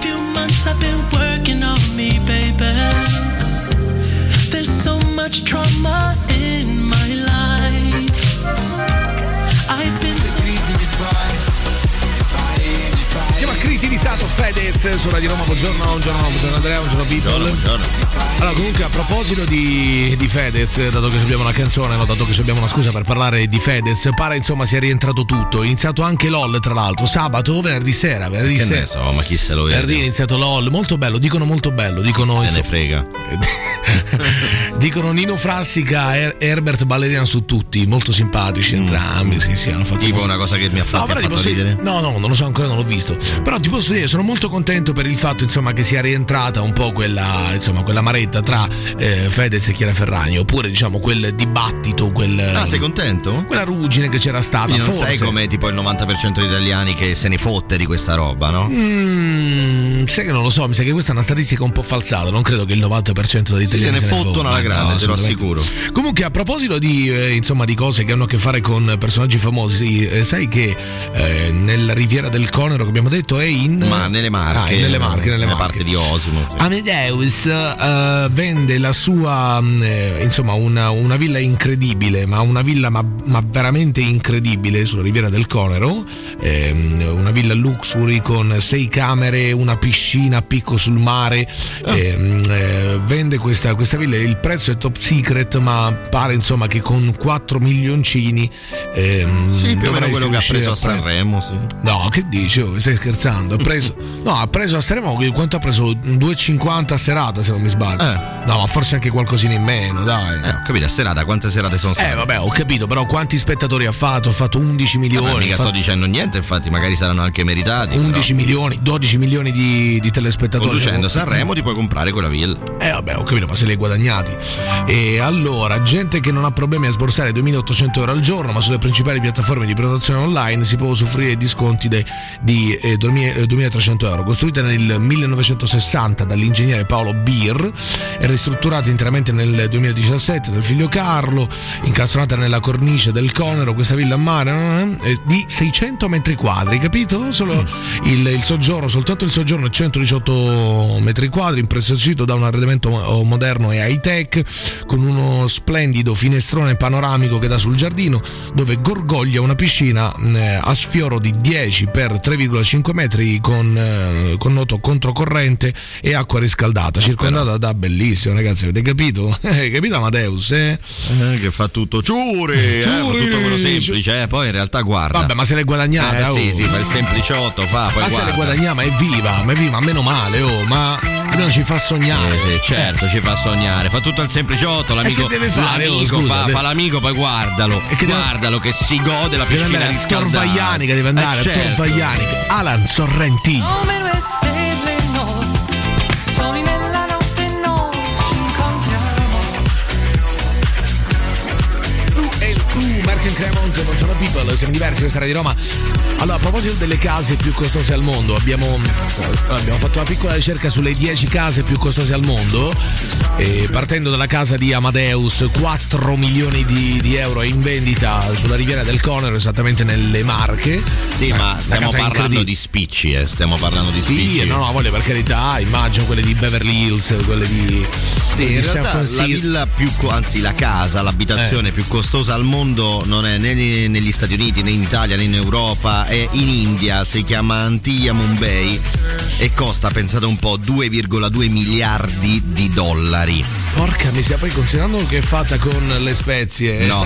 Si chiama Crisi di Stato, Fedez su Radio Roma. Buongiorno, buongiorno, buongiorno Andrea, buongiorno Beatle. Buongiorno. Allora, comunque a proposito di, di Fedez, dato che abbiamo una canzone, no, dato che abbiamo una scusa per parlare di Fedez, pare insomma sia rientrato tutto. È iniziato anche LOL, tra l'altro, sabato, venerdì sera, venerdì che sera. Ne so, ma chi se lo vede? Venerdì è iniziato LOL, molto bello, dicono molto bello, dicono se insomma, ne frega. Dicono Nino Frassica e Herbert Balerian su tutti, molto simpatici entrambi, mm. sì, sì, hanno fatto tipo molto... una cosa che mi ha fatto, no, ha fatto ridere. No, no, non lo so ancora, non l'ho visto. Però ti posso dire, sono molto contento per il fatto insomma che sia rientrata un po' quella insomma quella maretta tra eh, Fedez e Chiara Ferragni, oppure diciamo quel dibattito, quel Ah, sei contento? Quella ruggine che c'era stata. Quindi non forse. sei come tipo il novanta per cento degli italiani che se ne fotte di questa roba, no? Mm, sai che non lo so, mi sa che questa è una statistica un po' falsata, non credo che il novanta per cento degli italiani sì, se ne, se fottono ne alla grande, no, te lo assicuro. Comunque, a proposito di eh, insomma di cose che hanno a che fare con personaggi famosi, eh, sai che eh, nella Riviera del Conero, che abbiamo detto, è in ma nelle Marche, ah, nelle Marche, nelle nelle Marche. parte di Osimo. Sì. Amadeus eh, vende la sua eh, insomma una, una villa incredibile, ma una villa ma, ma veramente incredibile sulla Riviera del Conero, eh, una villa luxury con sei camere, una piscina a picco sul mare. Oh. eh, eh, vende questa, questa villa, il prezzo è top secret, ma pare insomma che con quattro milioncini ehm, sì, più o meno quello che ha preso a Sanremo, sì. No, che dici? Oh, stai scherzando? Ha preso no, ha preso a Sanremo, quanto ha preso? due e cinquanta a serata, se non mi sbaglio. Eh. No, ma forse anche qualcosina in meno, dai. Eh, ho capito, a serata quante serate sono state? Eh, vabbè, ho capito, però quanti spettatori ha fatto? Ha fatto undici milioni. Vabbè, mica fatto... sto dicendo niente, infatti, magari saranno anche meritati. undici però. milioni, dodici milioni di, di telespettatori. Conducendo Sanremo ti puoi comprare quella villa. Eh, vabbè, ho capito, ma se li hai guadagnati. E allora, gente che non ha problemi a sborsare duemilaottocento euro al giorno, ma sulle principali piattaforme di prenotazione online si può usufruire di sconti de, di eh, duemilatrecento euro. Costruita nel millenovecentosessanta dall'ingegnere Paolo Bir e ristrutturata interamente nel duemiladiciassette dal figlio Carlo, incastronata nella cornice del Conero, questa villa a mare eh, di seicento metri quadri, capito? Solo il, il soggiorno, soltanto il soggiorno è centodiciotto metri quadri, impreziosito da un arredamento moderno e high tech, con uno splendido finestrone panoramico che dà sul giardino, dove gorgoglia una piscina eh, a sfioro di dieci per tre virgola cinque metri con, eh, con noto controcorrente e acqua riscaldata, circondata da bellissimo, ragazzi, avete capito? Eh, capito Amadeus, eh? eh? Che fa tutto ciuri, eh, fa tutto quello semplice, eh? Poi in realtà guarda. Vabbè, ma se l'è guadagnata, eh, oh. sì, sì, fa il sempliciotto, fa, poi ma guarda. se l'è guadagnata, ma è viva, ma è viva, meno male, oh, ma almeno ci fa sognare. Eh, sì, certo, eh. ci fa sognare, fa tutto il sempliciotto, l'amico, e che deve fare, l'amico oh, scusa, fa, deve... fa l'amico, poi guardalo, che guardalo deve... che si gode la piscina deve riscaldata. Torvaianica deve andare, eh, certo. Torvaianica. Alan Sorrentino. Come due stelle no, soli nella notte no, ci incontriamo. Cremont, Buongiorno People, siamo diversi, questa era di Roma. Allora, a proposito delle case più costose al mondo, abbiamo, abbiamo fatto una piccola ricerca sulle dieci case più costose al mondo, e partendo dalla casa di Amadeus, quattro milioni di, di euro in vendita sulla riviera del Conero, esattamente nelle Marche. Sì, eh, ma stiamo parlando di spicci, eh, stiamo parlando di spicci. Sì, no, no, voglio, per carità, immagino quelle di Beverly Hills, quelle di... Sì, quelle in di realtà la villa più, anzi la casa, l'abitazione eh. più costosa al mondo non è né negli Stati Uniti, né in Italia, né in Europa, è in India, si chiama Antigua Mumbai e costa, pensate un po', due virgola due miliardi di dollari. Porca miseria, poi considerando che è fatta con le spezie. No.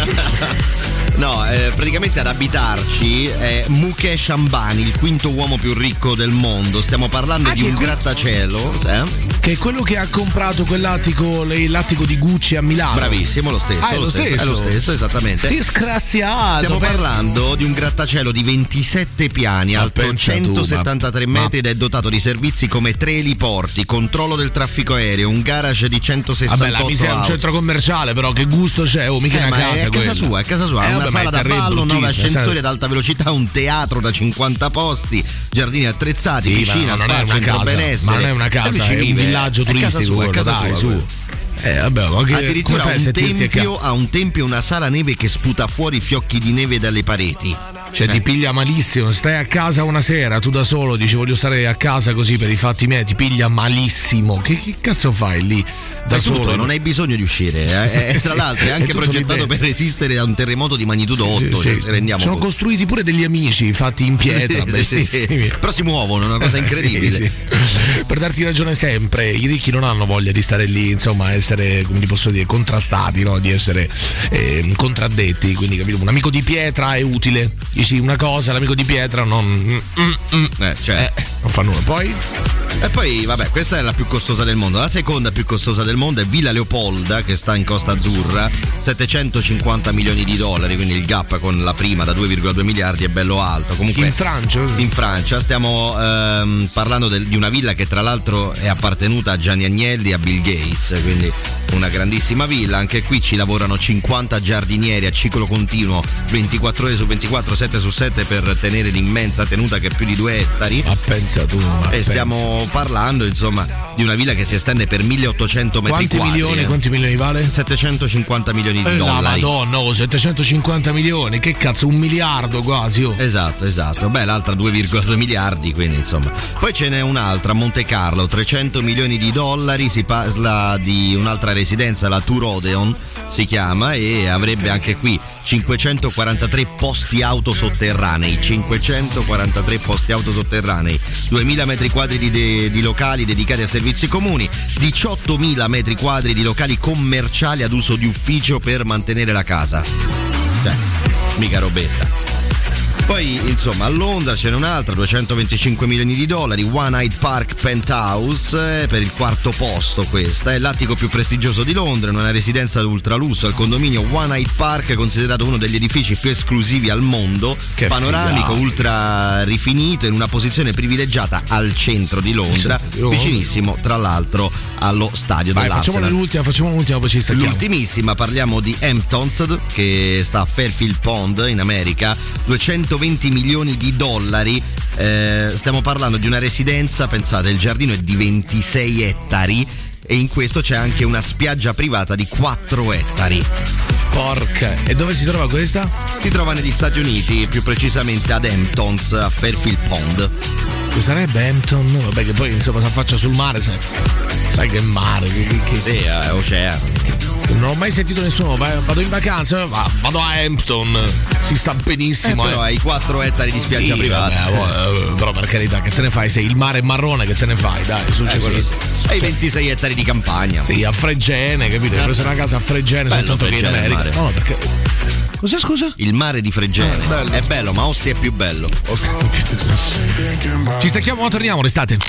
No, eh, praticamente ad abitarci è Mukesh Ambani, il quinto uomo più ricco del mondo. Stiamo parlando ah, di un que- grattacielo, eh? Che è quello che ha comprato quell'attico, l'attico di Gucci a Milano. Bravissimo, lo stesso, ah, è lo, lo stesso, stesso. È lo stesso, esattamente. Disgraziato. Stiamo per... parlando di un grattacielo di ventisette piani, ma alto centosettantatré tu, metri ma... ed è dotato di servizi come tre eliporti, controllo del traffico aereo, un garage di centosessantotto Vabbè, la miseria è un centro commerciale, però che gusto c'è? Oh, mica eh, è una casa, è casa sua, è casa sua, eh, una vabbè, sala da ballo, nove ascensori ad alta velocità, un teatro da cinquanta posti, giardini attrezzati, sì, piscina, spa, centro benessere. Ma non è una casa, è un villaggio turistico, sua, quello, dai, sua, su. Eh, vabbè, ma che, addirittura ha un, tempio, ha un tempio, una sala neve che sputa fuori fiocchi di neve dalle pareti. Cioè eh. ti piglia malissimo, stai a casa una sera, tu da solo dici voglio stare a casa così per i fatti miei, ti piglia malissimo. Che, che cazzo fai lì? Da solo, tutto, non hai bisogno di uscire, eh? E tra sì, l'altro è anche è progettato per resistere a un terremoto di magnitudo otto. Sì, sì, sì. Rendiamo sono conto. Costruiti pure degli amici fatti in pietra, sì, sì, sì. Però si muovono, è una cosa incredibile. sì, sì. Per darti ragione sempre, i ricchi non hanno voglia di stare lì, insomma, essere, come ti posso dire, contrastati, no? Di essere eh, contraddetti, quindi capito? Un amico di pietra è utile, dici una cosa, l'amico di pietra non mm, mm, mm. Eh, cioè. eh, non fa nulla. Poi E poi, vabbè, questa è la più costosa del mondo. La seconda più costosa del mondo è Villa Leopolda, che sta in Costa Azzurra, settecentocinquanta milioni di dollari, quindi il gap con la prima da due virgola due miliardi è bello alto. Comunque in Francia? In Francia stiamo ehm, parlando del, di una villa che tra l'altro è appartenuta a Gianni Agnelli e a Bill Gates, quindi una grandissima villa. Anche qui ci lavorano cinquanta giardinieri a ciclo continuo, ventiquattro ore su ventiquattro, sette su sette, per tenere l'immensa tenuta che è più di due ettari. Ma pensa tu, ma e stiamo pensa. parlando insomma di una villa che si estende per milleottocento metri quanti quadri. Milioni, eh. Quanti milioni vale? settecentocinquanta milioni di eh, dollari. La Madonna, oh, settecentocinquanta milioni, che cazzo, un miliardo quasi. Oh. Esatto, esatto. Beh, l'altra due virgola due miliardi, quindi insomma. Poi ce n'è un'altra a Monte Carlo, trecento milioni di dollari, si parla di un'altra residenza, la Tour Odeon si chiama, e avrebbe anche qui cinquecentoquarantatré posti auto sotterranei, cinquecentoquarantatré posti auto sotterranei, duemila metri quadri di, de, di locali dedicati a servizi comuni, diciottomila metri quadri di locali commerciali ad uso di ufficio per mantenere la casa. Cioè, mica robetta. Poi insomma a Londra ce n'è un'altra, duecentoventicinque milioni di dollari, One Hyde Park Penthouse, eh, per il quarto posto. Questa è l'attico più prestigioso di Londra, in una residenza ultralusso al condominio One Hyde Park, considerato uno degli edifici più esclusivi al mondo, che panoramico, figata. Ultra rifinito, in una posizione privilegiata al centro di Londra, vicinissimo tra l'altro allo stadio Vai, dell'Arsenal. facciamo l'ultima, facciamo l'ultima, poi ci stacchiamo. L'ultimissima, parliamo di Hamptons, che sta a Fairfield Pond in America, duecentoventi milioni di dollari. Eh, stiamo parlando di una residenza, pensate, il giardino è di ventisei ettari e in questo c'è anche una spiaggia privata di quattro ettari. Porca, e dove si trova questa? Si trova negli Stati Uniti, più precisamente ad Hamptons, a Fairfield Pond. Che sarebbe Hampton? Vabbè, che poi insomma si affaccia sul mare, sai, sai che mare, che, che, che... Sì, è oceano. Non ho mai sentito nessuno, vado in vacanza, vado a Hampton, si sta benissimo. Eh, però eh. hai quattro ettari di spiaggia sì, privata. Vabbè, però per carità, che te ne fai? Se il mare è marrone, che te ne fai? Dai, successo. Eh, sì. Hai ventisei ettari di campagna. Sì, a Fregene, capito? Hai preso una casa a Fregene, soltanto che in America. No, perché... Cosa, scusa? Il mare di Fregene. Ah, bello. È bello, ma Ostia è più bello. Ostia è più bello. Ci stacchiamo, ma torniamo, restate.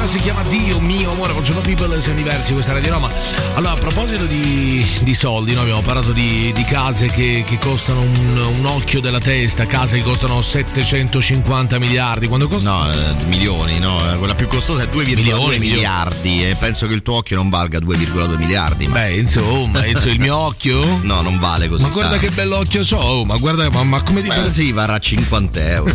brano si chiama Dio mio amore, buongiorno people, siamo diversi, questa Radio Roma. Allora, a proposito di, di soldi, noi abbiamo parlato di, di case che, che costano un, un occhio della testa, case che costano settecentocinquanta miliardi. Quando costa? No, eh, milioni, no, quella più costosa è due virgola due miliardi e penso che il tuo occhio non valga due virgola due miliardi. Ma... Beh, insomma, insomma, il mio occhio? No, non vale così. Ma guarda tanto. Che bell'occhio c'ho, oh, ma guarda, ma, ma come ti Beh, sì, varrà cinquanta euro.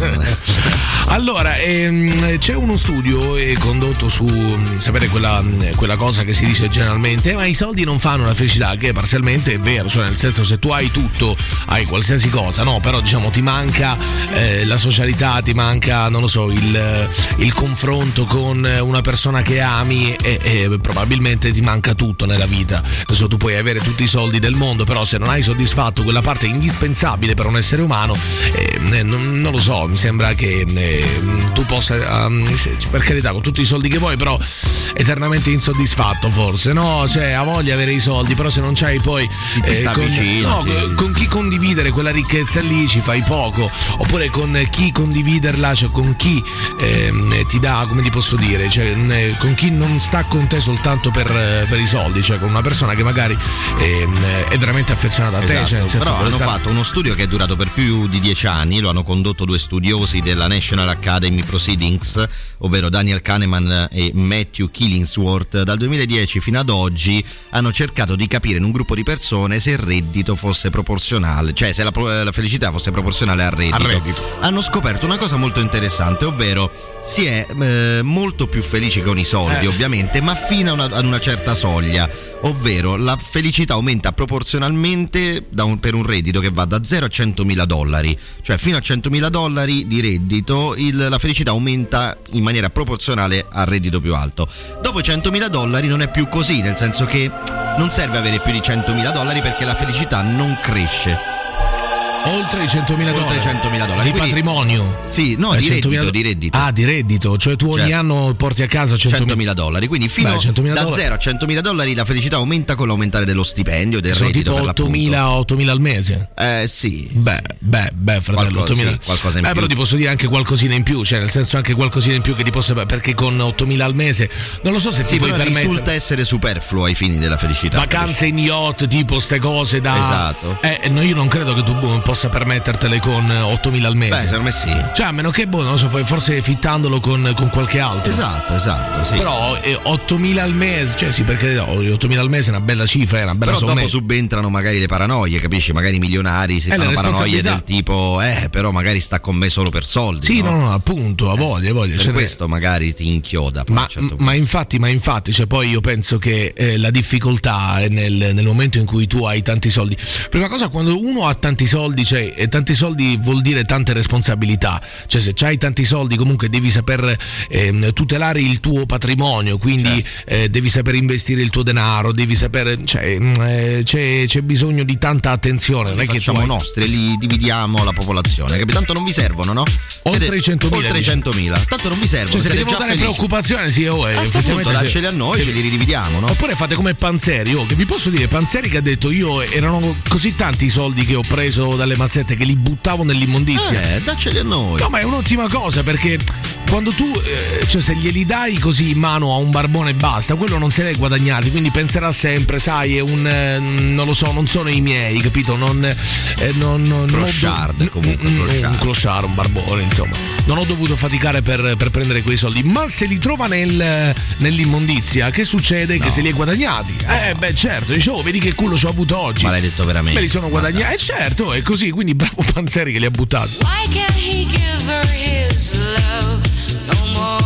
Allora, ehm, c'è uno studio eh, condotto su, sapete, quella, quella cosa che si dice generalmente, ma i soldi non fanno la felicità, che parzialmente è vero, cioè nel senso, se tu hai tutto, hai qualsiasi cosa, no, però diciamo ti manca eh, la socialità, ti manca, non lo so, il, il confronto con una persona che ami e, e probabilmente ti manca tutto nella vita. Adesso tu puoi avere tutti i soldi del mondo, però se non hai soddisfatto quella parte indispensabile per un essere umano, eh, non, non lo so, mi sembra che eh, tu possa, um, per carità, con tutti i soldi che vuoi, però eternamente insoddisfatto forse, no? Cioè, ha voglia di avere i soldi, però se non c'hai poi eh, con, vicino, no, ti... con chi condividere quella ricchezza lì ci fai poco, oppure con chi condividerla, cioè con chi eh, ti dà, come ti posso dire, cioè eh, con chi non sta con te soltanto per, per i soldi, cioè con una persona che magari eh, è veramente affezionata a te. Esatto, cioè, nel senso, però hanno stare... fatto uno studio che è durato per più di dieci anni, lo hanno condotto due studiosi della National Academy Proceedings, ovvero Daniel Kahneman e Matthew Killingsworth. Dal duemiladieci fino ad oggi hanno cercato di capire in un gruppo di persone se il reddito fosse proporzionale, cioè se la, la felicità fosse proporzionale al reddito. al reddito. Hanno scoperto una cosa molto interessante, ovvero si è eh, molto più felici con i soldi, eh. ovviamente, ma fino a una, ad una certa soglia, ovvero la felicità aumenta proporzionalmente da un, per un reddito che va da zero a centomila dollari, cioè fino a centomila dollari di reddito il, la felicità aumenta in maniera proporzionale al reddito più alto. Dopo i centomila dollari non è più così, nel senso che non serve avere più di centomila dollari perché la felicità non cresce. Oltre i centomila dollari. Oltre i centomila dollari. Di Quindi, patrimonio. Sì, no, di reddito, do... di reddito. Ah, di reddito, cioè tu ogni certo. anno porti a casa centomila dollari. Quindi fino Beh, centomila da dollari. zero a centomila dollari la felicità aumenta con l'aumentare dello stipendio, del sono reddito. Tipo ottomila, ottomila al mese. Eh sì. Beh, beh, beh, fratello, Qualcosa, ottomila. sì, qualcosa in eh, più. Però ti posso dire anche qualcosina in più, cioè nel senso anche qualcosina in più che ti possa, perché con ottomila al mese non lo so se sì, ti puoi però permettere. risulta essere superfluo ai fini della felicità. Vacanze in yacht, tipo ste cose da Esatto. Eh, no, io non credo che tu possa permettertele con ottomila al mese. Beh, secondo me sì. Cioè, a meno che, boh, non so, forse fittandolo con, con qualche altro. Esatto, esatto, sì. Però eh, ottomila al mese, cioè sì, perché no, ottomila al mese è una bella cifra, è una bella però sommetta. dopo subentrano magari le paranoie, capisci? Magari i milionari si eh, fanno paranoie del tipo eh, però magari sta con me solo per soldi. Sì, no, no, no, appunto, a voglia, a voglia. Per cioè, questo magari ti inchioda. Ma, certo ma infatti, ma infatti, cioè poi io penso che eh, la difficoltà è nel, nel momento in cui tu hai tanti soldi. Prima cosa, quando uno ha tanti soldi, cioè e tanti soldi vuol dire tante responsabilità, cioè se hai tanti soldi comunque devi saper eh, tutelare il tuo patrimonio, quindi certo. eh, devi saper investire il tuo denaro, devi saper, cioè eh, c'è, c'è bisogno di tanta attenzione. Non è che facciamo hai... nostre, li dividiamo la popolazione, capito? Tanto non vi servono, no? Oltre siete, i centomila. Oltre i centomila. Tanto non vi servono. Cioè, se siete devo già dare felici. preoccupazione, sì, oh, eh, a sto punto lasciali a noi, se... ce li ridividiamo, no? Oppure fate come Panzeri, oh, che vi posso dire, Panzeri che ha detto io erano così tanti i soldi che ho preso dalle mazzette che li buttavo nell'immondizia. Eh, dacceli a noi. No, ma è un'ottima cosa, perché quando tu, eh, cioè se glieli dai così in mano a un barbone e basta, quello non se l'è guadagnati, quindi penserà sempre, sai, è un, eh, non lo so, non sono i miei, capito? Non, eh, non, non clochard, non, comunque, un, clochard. un clochard, un barbone, insomma. Non ho dovuto faticare per, per prendere quei soldi, ma se li trova nel, nell'immondizia, che succede? No. Che se li hai guadagnati. Eh, beh, certo, dicevo, vedi che culo ci ho avuto oggi. Ma l'hai detto veramente? Me li sono guadagnati, eh, certo, è così, quindi bravo Panzeri che li ha buttati. Why can't he give her his love no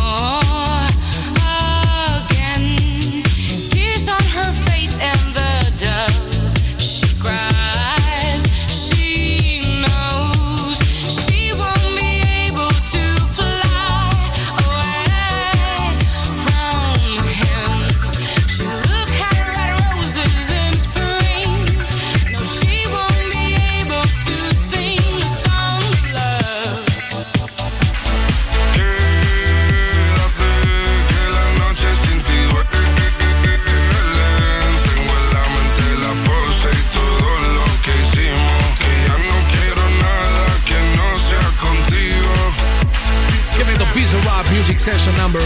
more again? Tears on her face and the dove she cries. She knows she won't be able to fly away from him. She look at red roses in spring. No, she won't be able to sing a song of love.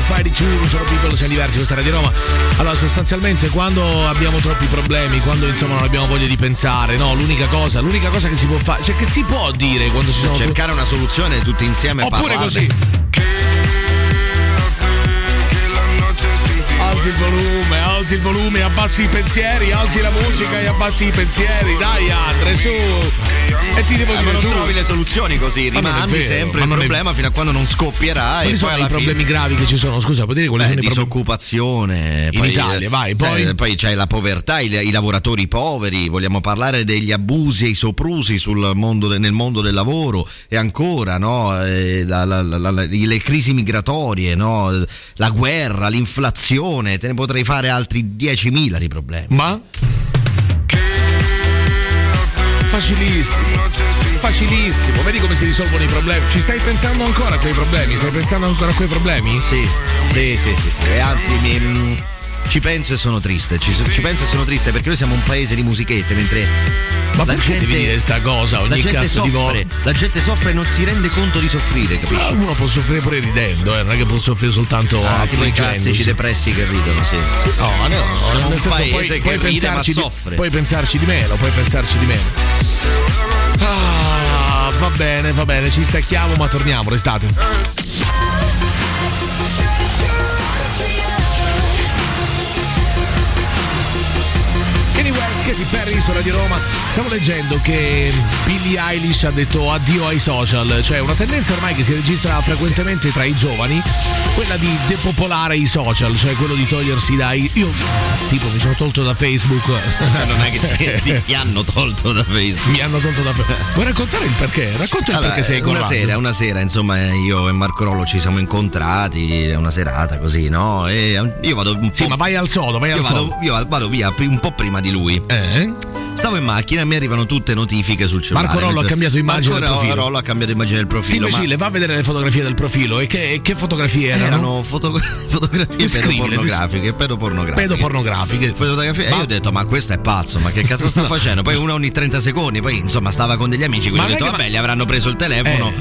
Fire Two, sono Beatles, siamo diversi, questa Radio Roma. Allora, sostanzialmente quando abbiamo troppi problemi, quando insomma non abbiamo voglia di pensare, no, l'unica cosa, l'unica cosa che si può fare, cioè che si può dire quando ci sono cercare una soluzione tutti insieme, oppure parlarne. così. Alzi il volume, alzi il volume, abbassi i pensieri, alzi la musica e abbassi i pensieri, dai Andre, su. E ti devo eh, dire, ma non tu trovi le soluzioni così, ma rimani vero, sempre il è... problema fino a quando non scoppierà. Quali e sono poi i alla problemi fine... gravi che ci sono? Scusa, puoi dire quali Beh, sono i problemi? disoccupazione in poi, Italia, vai, poi sai, poi c'è la povertà, i, i lavoratori poveri, vogliamo parlare degli abusi e i soprusi sul mondo de, nel mondo del lavoro, e ancora no, eh, la, la, la, la, le crisi migratorie, no, la guerra, l'inflazione, te ne potrei fare altri diecimila di problemi. Ma? Facilissimo, facilissimo, vedi come si risolvono i problemi. Ci stai pensando ancora a quei problemi? Stai pensando ancora a quei problemi? Sì, sì, sì, sì, sì. E anzi mi, ci penso e sono triste, ci, ci penso e sono triste perché noi siamo un paese di musichette, mentre ma la gente devi dire sta cosa ogni la gente cazzo soffre, di volta. La gente soffre e non si rende conto di soffrire, capisci? Uno può soffrire pure ridendo, eh, non è che può soffrire soltanto ah, tipo i affliggendosi. classici depressi che ridono, sì. sì no, no, no, siamo nel un senso, paese puoi, che puoi ride ma pensarci soffre. Di, puoi pensarci di meno, puoi pensarci di meno. Ah, va bene, va bene, ci stacchiamo ma torniamo, restate. Katy Perry su Radio Roma. Stavo leggendo che Billie Eilish ha detto addio ai social, cioè una tendenza ormai che si registra frequentemente tra i giovani, quella di depopolare i social, cioè quello di togliersi dai... Io tipo mi sono tolto da Facebook. Non è che ti, ti, ti hanno tolto da Facebook. Mi hanno tolto da Facebook. Vuoi raccontare il perché? Racconta il allora, perché sei una sera, una sera, insomma, io e Marco Rollo ci siamo incontrati, è una serata così, no? E io vado un po'... Sì, ma vai al sodo, vai al io sodo. Vado, io vado via un po' prima di lui. Eh? Stavo in macchina e mi arrivano tutte notifiche sul cellulare. Marco Rollo ha cambiato immagine Marco del profilo. Rollo ha cambiato immagine del profilo. Sì, ma... va a vedere le fotografie del profilo. E che, che fotografie erano? Erano foto... fotografie pedopornografiche. Pedopornografiche. Pedopornografiche. Fotografie. Ma... E io ho detto, ma questo è pazzo, ma che cazzo sta facendo? Poi una ogni trenta secondi. Poi insomma stava con degli amici. Quindi ho detto, vabbè, ma... gli avranno preso il telefono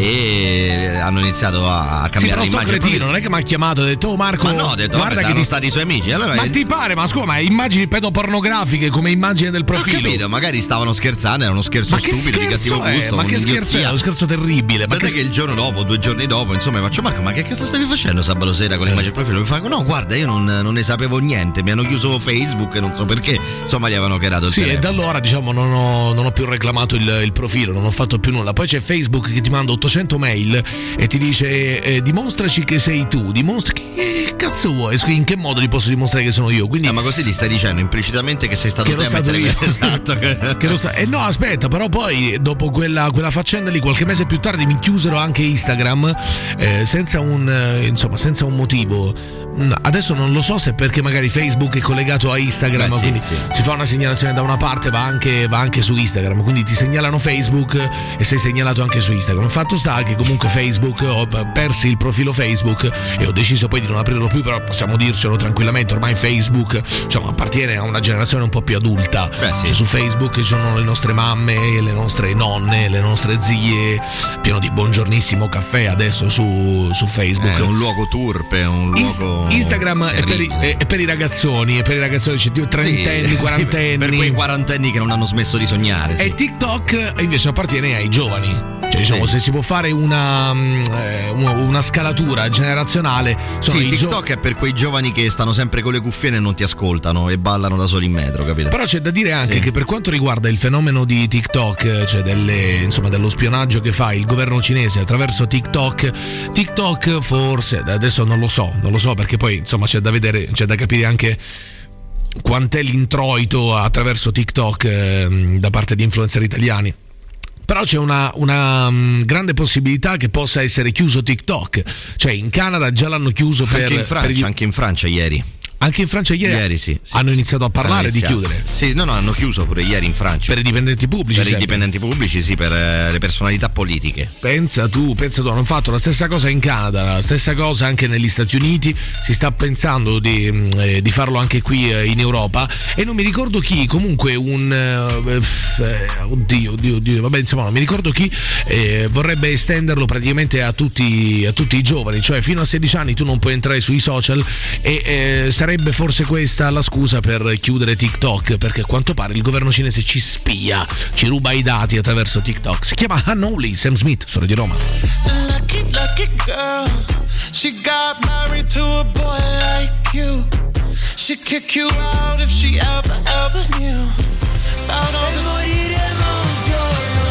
eh. e hanno iniziato a cambiare sì, l'immagine. Cretino, non è che mi ha chiamato e ha detto, oh Marco. Ma no, ho detto, guarda vabbè, che ti... ti stati i suoi amici. Allora, ma è... ti pare, ma scusa, ma immagini pedopornografiche come immagine del profilo? Ho capito, magari stavano scherzando, era uno scherzo ma stupido di cattivo è? gusto. Ma che scherzo è? Uno scherzo terribile. Ma che... che il giorno dopo, due giorni dopo, insomma, faccio, Marco, ma che cazzo stavi facendo sabato sera con l'immagine del profilo? Mi fa, no, guarda, io non, non ne sapevo niente, mi hanno chiuso Facebook e non so perché, insomma, gli avevano creato il sì, telefono. E da allora, diciamo, non ho, non ho più reclamato il, il profilo, non ho fatto più nulla. Poi c'è Facebook che ti manda ottocento mail e ti dice, eh, dimostraci che sei tu, dimostra che cazzo vuoi, in che modo ti posso dimostrare che sono io? Quindi, eh, ma così ti stai dicendo implicitamente che sei stato che te a stato mettere io. Esatto. Che lo sta... Eh no, aspetta, però poi dopo quella, quella faccenda lì, qualche mese più tardi mi chiusero anche Instagram eh, senza un eh, insomma senza un motivo. Adesso non lo so se perché magari Facebook è collegato a Instagram. Beh, quindi sì, sì. Si fa una segnalazione da una parte, va anche, va anche su Instagram, quindi ti segnalano Facebook e sei segnalato anche su Instagram. Fatto sta che comunque Facebook, ho persi il profilo Facebook e ho deciso poi di non aprirlo più, però possiamo dircelo tranquillamente, ormai Facebook, diciamo, appartiene a una generazione un po' più adulta. Beh, sì. Cioè, su Facebook ci sono le nostre mamme, le nostre nonne, le nostre zie, pieno di buongiornissimo caffè adesso su, su Facebook. È un luogo turpe, un luogo... Instagram è per, i, è per i ragazzoni, è per i ragazzoni, cioè trentenni, sì, quarantenni. Per quei quarantenni che non hanno smesso di sognare. Sì. E TikTok invece appartiene ai giovani. Cioè, diciamo, sì. Se si può fare una, eh, una, una scalatura generazionale, sono sì, i TikTok gio- è per quei giovani che stanno sempre con le cuffiene e non ti ascoltano e ballano da soli in metro, capito? Però c'è da dire anche sì. che per quanto riguarda il fenomeno di TikTok, cioè delle, insomma, dello spionaggio che fa il governo cinese attraverso TikTok, TikTok forse, adesso non lo so, non lo so perché poi insomma c'è da vedere, c'è da capire anche quant'è l'introito attraverso TikTok eh, da parte di influencer italiani. Però c'è una, una um, grande possibilità che possa essere chiuso TikTok. Cioè in Canada già l'hanno chiuso per... Anche in Francia, per gli... anche in Francia ieri. Anche in Francia ieri, ieri sì, sì, hanno sì, iniziato a parlare di chiudere. Sì, no, no, hanno chiuso pure ieri in Francia. Per i dipendenti pubblici. Per sempre. i dipendenti pubblici, sì, per eh, le personalità politiche. Pensa tu, pensa tu, hanno fatto la stessa cosa in Canada, la stessa cosa anche negli Stati Uniti, si sta pensando di, eh, di farlo anche qui eh, in Europa, e non mi ricordo chi, comunque un eh, oddio, oddio, oddio, vabbè, insomma, non mi ricordo chi eh, vorrebbe estenderlo praticamente a tutti, a tutti i giovani, cioè fino a sedici anni tu non puoi entrare sui social, e eh, sarebbe forse questa la scusa per chiudere TikTok, perché a quanto pare il governo cinese ci spia, ci ruba i dati attraverso TikTok. Si chiama Unholy, Sam Smith, storia di Roma. Lucky, lucky girl. She got married to a boy like you. She'd kick you out if she ever, ever knew about all the... moriremo un giorno.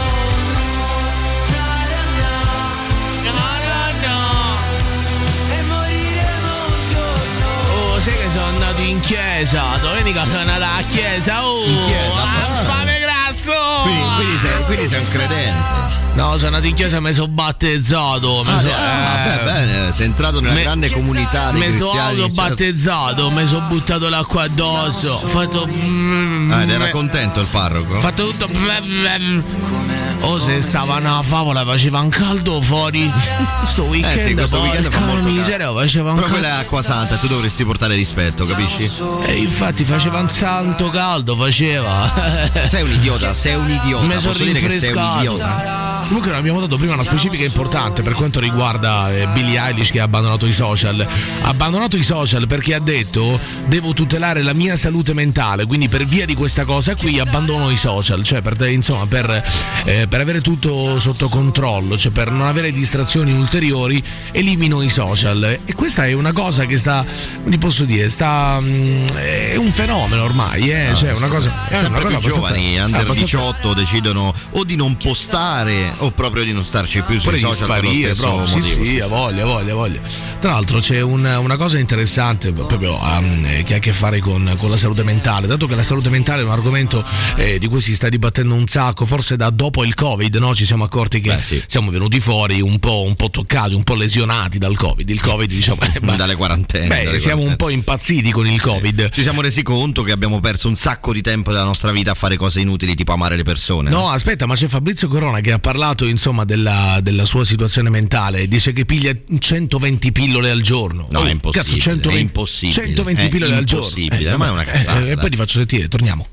No, no, no. E moriremo un giorno. Oh, sai che sono andato in chiesa, domenica sono andato a chiesa, oh, in chiesa, fame grasso. Quindi, quindi, sei, quindi sei un credente. No, sono andato in chiesa e mi sono battezzato. Ah, so, eh, eh, bene, sei entrato nella me, grande comunità dei mi cristiani. Mi sono autobattezzato, certo. Mi sono buttato l'acqua addosso. Ho fatto. Ah, ed era contento il parroco? Ho fatto tutto. Oh, se stava una favola, faceva un caldo fuori. Sto weekend, eh sì, questo weekend fa molto miseria, faceva un Però caldo. quella è acqua santa, tu dovresti portare rispetto, capisci? E eh, infatti faceva un santo caldo, faceva. Sei un idiota, sei un idiota. Mi sono Posso dire che sei un idiota. Comunque non abbiamo dato prima una specifica importante per quanto riguarda eh, Billie Eilish, che ha abbandonato i social. Ha abbandonato i social perché ha detto: devo tutelare la mia salute mentale, quindi per via di questa cosa qui abbandono i social, cioè per insomma per, eh, per avere tutto sotto controllo, cioè per non avere distrazioni ulteriori elimino i social. E questa è una cosa che sta, come posso dire, sta mh, è un fenomeno ormai, eh? No, cioè una cosa, è sempre una cosa più giovani under abbastanza... diciotto decidono o di non postare o proprio di non starci più sui social per lo stesso proprio, motivo. Sì, sì, a voglia, a voglia, a voglia. Tra l'altro c'è un, una cosa interessante proprio um, che ha a che fare con, con la salute mentale, dato che la salute mentale è un argomento eh, di cui si sta dibattendo un sacco, forse da dopo il Covid, no? Ci siamo accorti che Beh, sì. siamo venuti fuori un po', un po' toccati, un po' lesionati dal Covid. Il Covid, diciamo, eh, dalle quarantenne. Beh, dalle siamo quarantenne. un po' impazziti con il Covid. Ci siamo resi conto che abbiamo perso un sacco di tempo della nostra vita a fare cose inutili, tipo amare le persone. No, aspetta, ma c'è Fabrizio Corona che ha parlato, insomma, della, della sua situazione mentale. Dice che piglia centoventi pillole al giorno. No, oh, è impossibile. Cazzo, centoventi, è impossibile. centoventi è pillole al giorno. Impossibile, Eh, ma è una cazzata. E eh, poi ti faccio sentire, torniamo.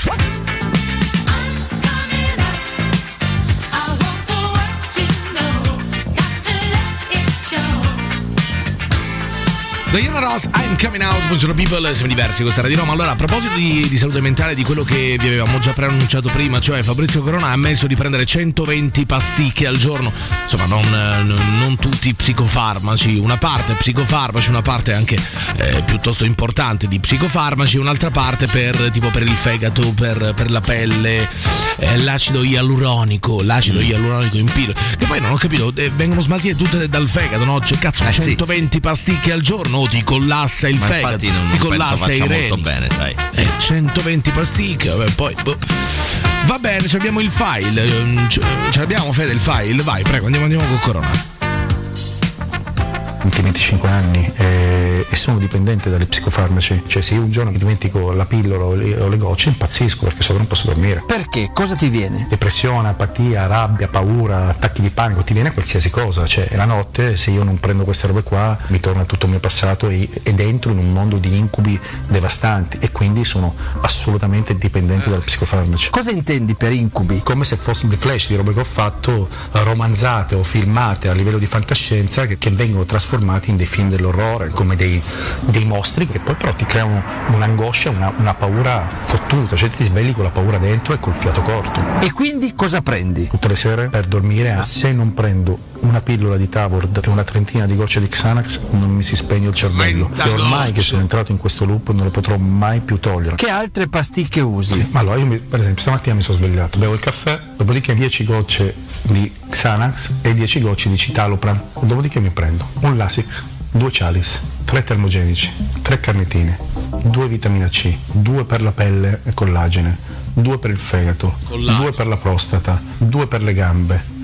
Diana Ross, I'm coming out, buongiorno people, siamo diversi, questa era di Roma. Allora, a proposito di, di salute mentale, di quello che vi avevamo già preannunciato prima, cioè Fabrizio Corona ha ammesso di prendere centoventi pasticche al giorno, insomma non, non, non tutti psicofarmaci, una parte psicofarmaci, una parte anche eh, piuttosto importante di psicofarmaci, un'altra parte per tipo per il fegato, per, per la pelle, eh, l'acido ialuronico, l'acido mm. ialuronico in pillole, che poi non ho capito, eh, vengono smaltite tutte dal fegato, no? Cioè cazzo, eh, centoventi sì. pasticche al giorno, ti collassa il ma fegato, non, ti non collassa i reni. Molto bene, sai. Eh, centoventi pasticche, vabbè, poi boh. Va bene, abbiamo il file. Ce l'abbiamo, Fede, il file? Vai, prego, andiamo, andiamo con Corona. venticinque anni e, e sono dipendente dagli psicofarmaci, cioè se io un giorno mi dimentico la pillola o le, o le gocce impazzisco perché so che non posso dormire. Perché? Cosa ti viene? Depressione, apatia, rabbia, paura, attacchi di panico, ti viene qualsiasi cosa, cioè la notte se io non prendo queste robe qua mi torna tutto il mio passato e, ed entro in un mondo di incubi devastanti e quindi sono assolutamente dipendente dagli psicofarmaci. Cosa intendi per incubi? Come se fosse The Flash di robe che ho fatto romanzate o filmate a livello di fantascienza che, che vengono trasformate in dei film dell'orrore, come dei, dei mostri che poi però ti creano un'angoscia, una, una paura fottuta, cioè ti svegli con la paura dentro e col fiato corto. E quindi cosa prendi? Tutte le sere per dormire, se non prendo una pillola di Tavord e una trentina di gocce di Xanax non mi si spegne il cervello e ormai che sono entrato in questo loop non lo potrò mai più togliere. Che altre pasticche usi? Ma allora io mi, per esempio stamattina mi sono svegliato, bevo il caffè, dopodiché dieci gocce di Xanax e dieci gocce di citalopram, dopodiché mi prendo un Lasix, due Cialis, tre termogenici, tre carnitine, due vitamina C, due per la pelle e collagene, due per il fegato, collagene, due per la prostata, due per le gambe,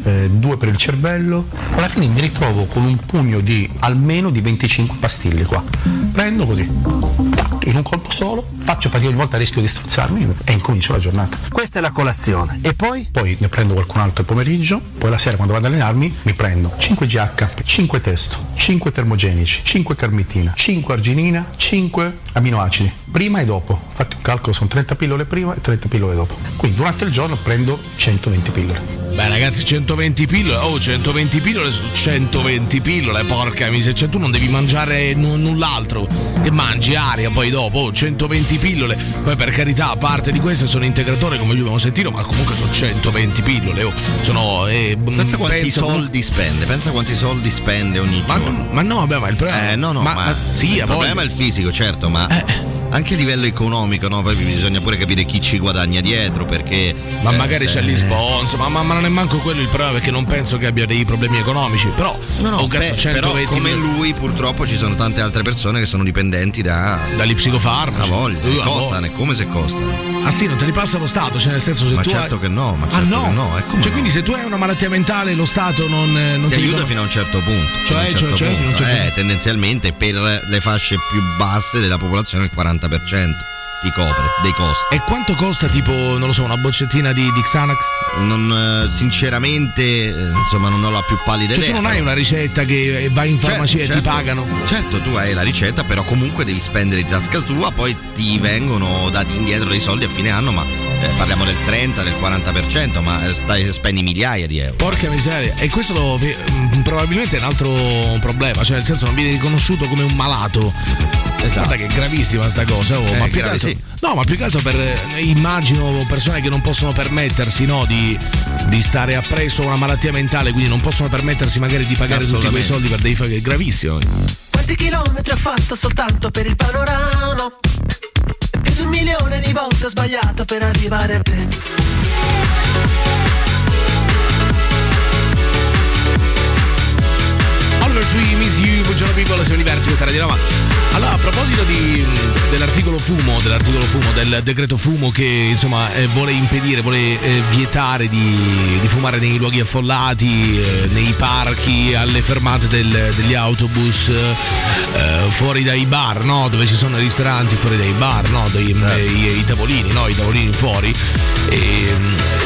eh, due per il cervello, alla fine mi ritrovo con un pugno di almeno di venticinque pastiglie qua. Prendo così, tac, in un colpo solo, faccio fatica, ogni volta rischio di strozzarmi e incomincio la giornata. Questa è la colazione. E poi? Poi ne prendo qualcun altro il pomeriggio, poi la sera quando vado ad allenarmi mi prendo cinque G H, cinque testo, cinque termogenici, cinque carmitina, cinque arginina, cinque aminoacidi, prima e dopo. Fate un calcolo, sono trenta pillole prima e trenta pillole dopo. Quindi durante il giorno prendo centoventi pillole. Beh ragazzi, centoventi pillole, oh centoventi pillole su centoventi pillole, porca miseria, cioè tu non devi mangiare n- null'altro, e mangi aria poi dopo, oh centoventi pillole, poi per carità, a parte di queste sono integratore come abbiamo sentito, ma comunque sono centoventi pillole, oh, sono... Eh, pensa quanti penso, soldi spende, pensa quanti soldi spende ogni ma, giorno. Ma no, vabbè, ma il problema... Eh no, no, ma, ma, ma sì, il problema è il fisico, certo, ma... Eh. Anche a livello economico, no? Poi bisogna pure capire chi ci guadagna dietro, perché. Ma eh, magari se... c'è gli sponsor, ma, ma, ma non è manco quello il problema, perché non penso che abbia dei problemi economici. Però, no, no, oh, beh, cazzo, però come lui, purtroppo ci sono tante altre persone che sono dipendenti da. dagli psicofarmaci. A voglia, uh, costano, è come se costano. Ah sì, non te li passa lo Stato, cioè nel senso se ma tu certo hai... che no, ma certo ah, no? che no, è come cioè no. quindi se tu hai una malattia mentale lo Stato non, non ti, ti aiuta riconos- fino a un certo punto. Cioè, fino a un certo cioè, punto. fino a un certo eh, punto. tendenzialmente per le fasce più basse della popolazione il quaranta per cento ti copre dei costi. E quanto costa tipo, non lo so, una boccettina di, di Xanax? Non, sinceramente, insomma, non ho la più pallida cioè, idea. tu non hai una ricetta che vai in farmacia certo, e ti certo, pagano? Certo, tu hai la ricetta, però comunque devi spendere di tasca tua, poi ti vengono dati indietro dei soldi a fine anno, ma eh, parliamo del trenta, del quaranta per cento, ma stai, spendi migliaia di euro. Porca miseria, e questo lo, probabilmente è un altro problema, cioè nel senso non viene riconosciuto come un malato. Esatto. Guarda che è gravissima sta cosa, oh, eh, ma più grave, che altro, sì. no, ma più che altro per eh, immagino persone che non possono permettersi, no, di, di stare appresso a una malattia mentale, quindi non possono permettersi magari di pagare tutti quei soldi per dei fatti. È gravissimo. Quanti chilometri ho fatto soltanto per il panorama? Più di un milione di volte ho sbagliato per arrivare a te. Oliver Tree, Miss You, buongiorno people, siamo diversi, questa Radio Roma. Allora, a proposito di, dell'articolo fumo, dell'articolo fumo, del decreto fumo che insomma eh, vuole impedire, vuole eh, vietare di, di fumare nei luoghi affollati, eh, nei parchi, alle fermate del, degli autobus, eh, fuori dai bar, no? Dove ci sono i ristoranti, fuori dai bar, no? Dei, eh, i, i tavolini, no? I tavolini fuori. E,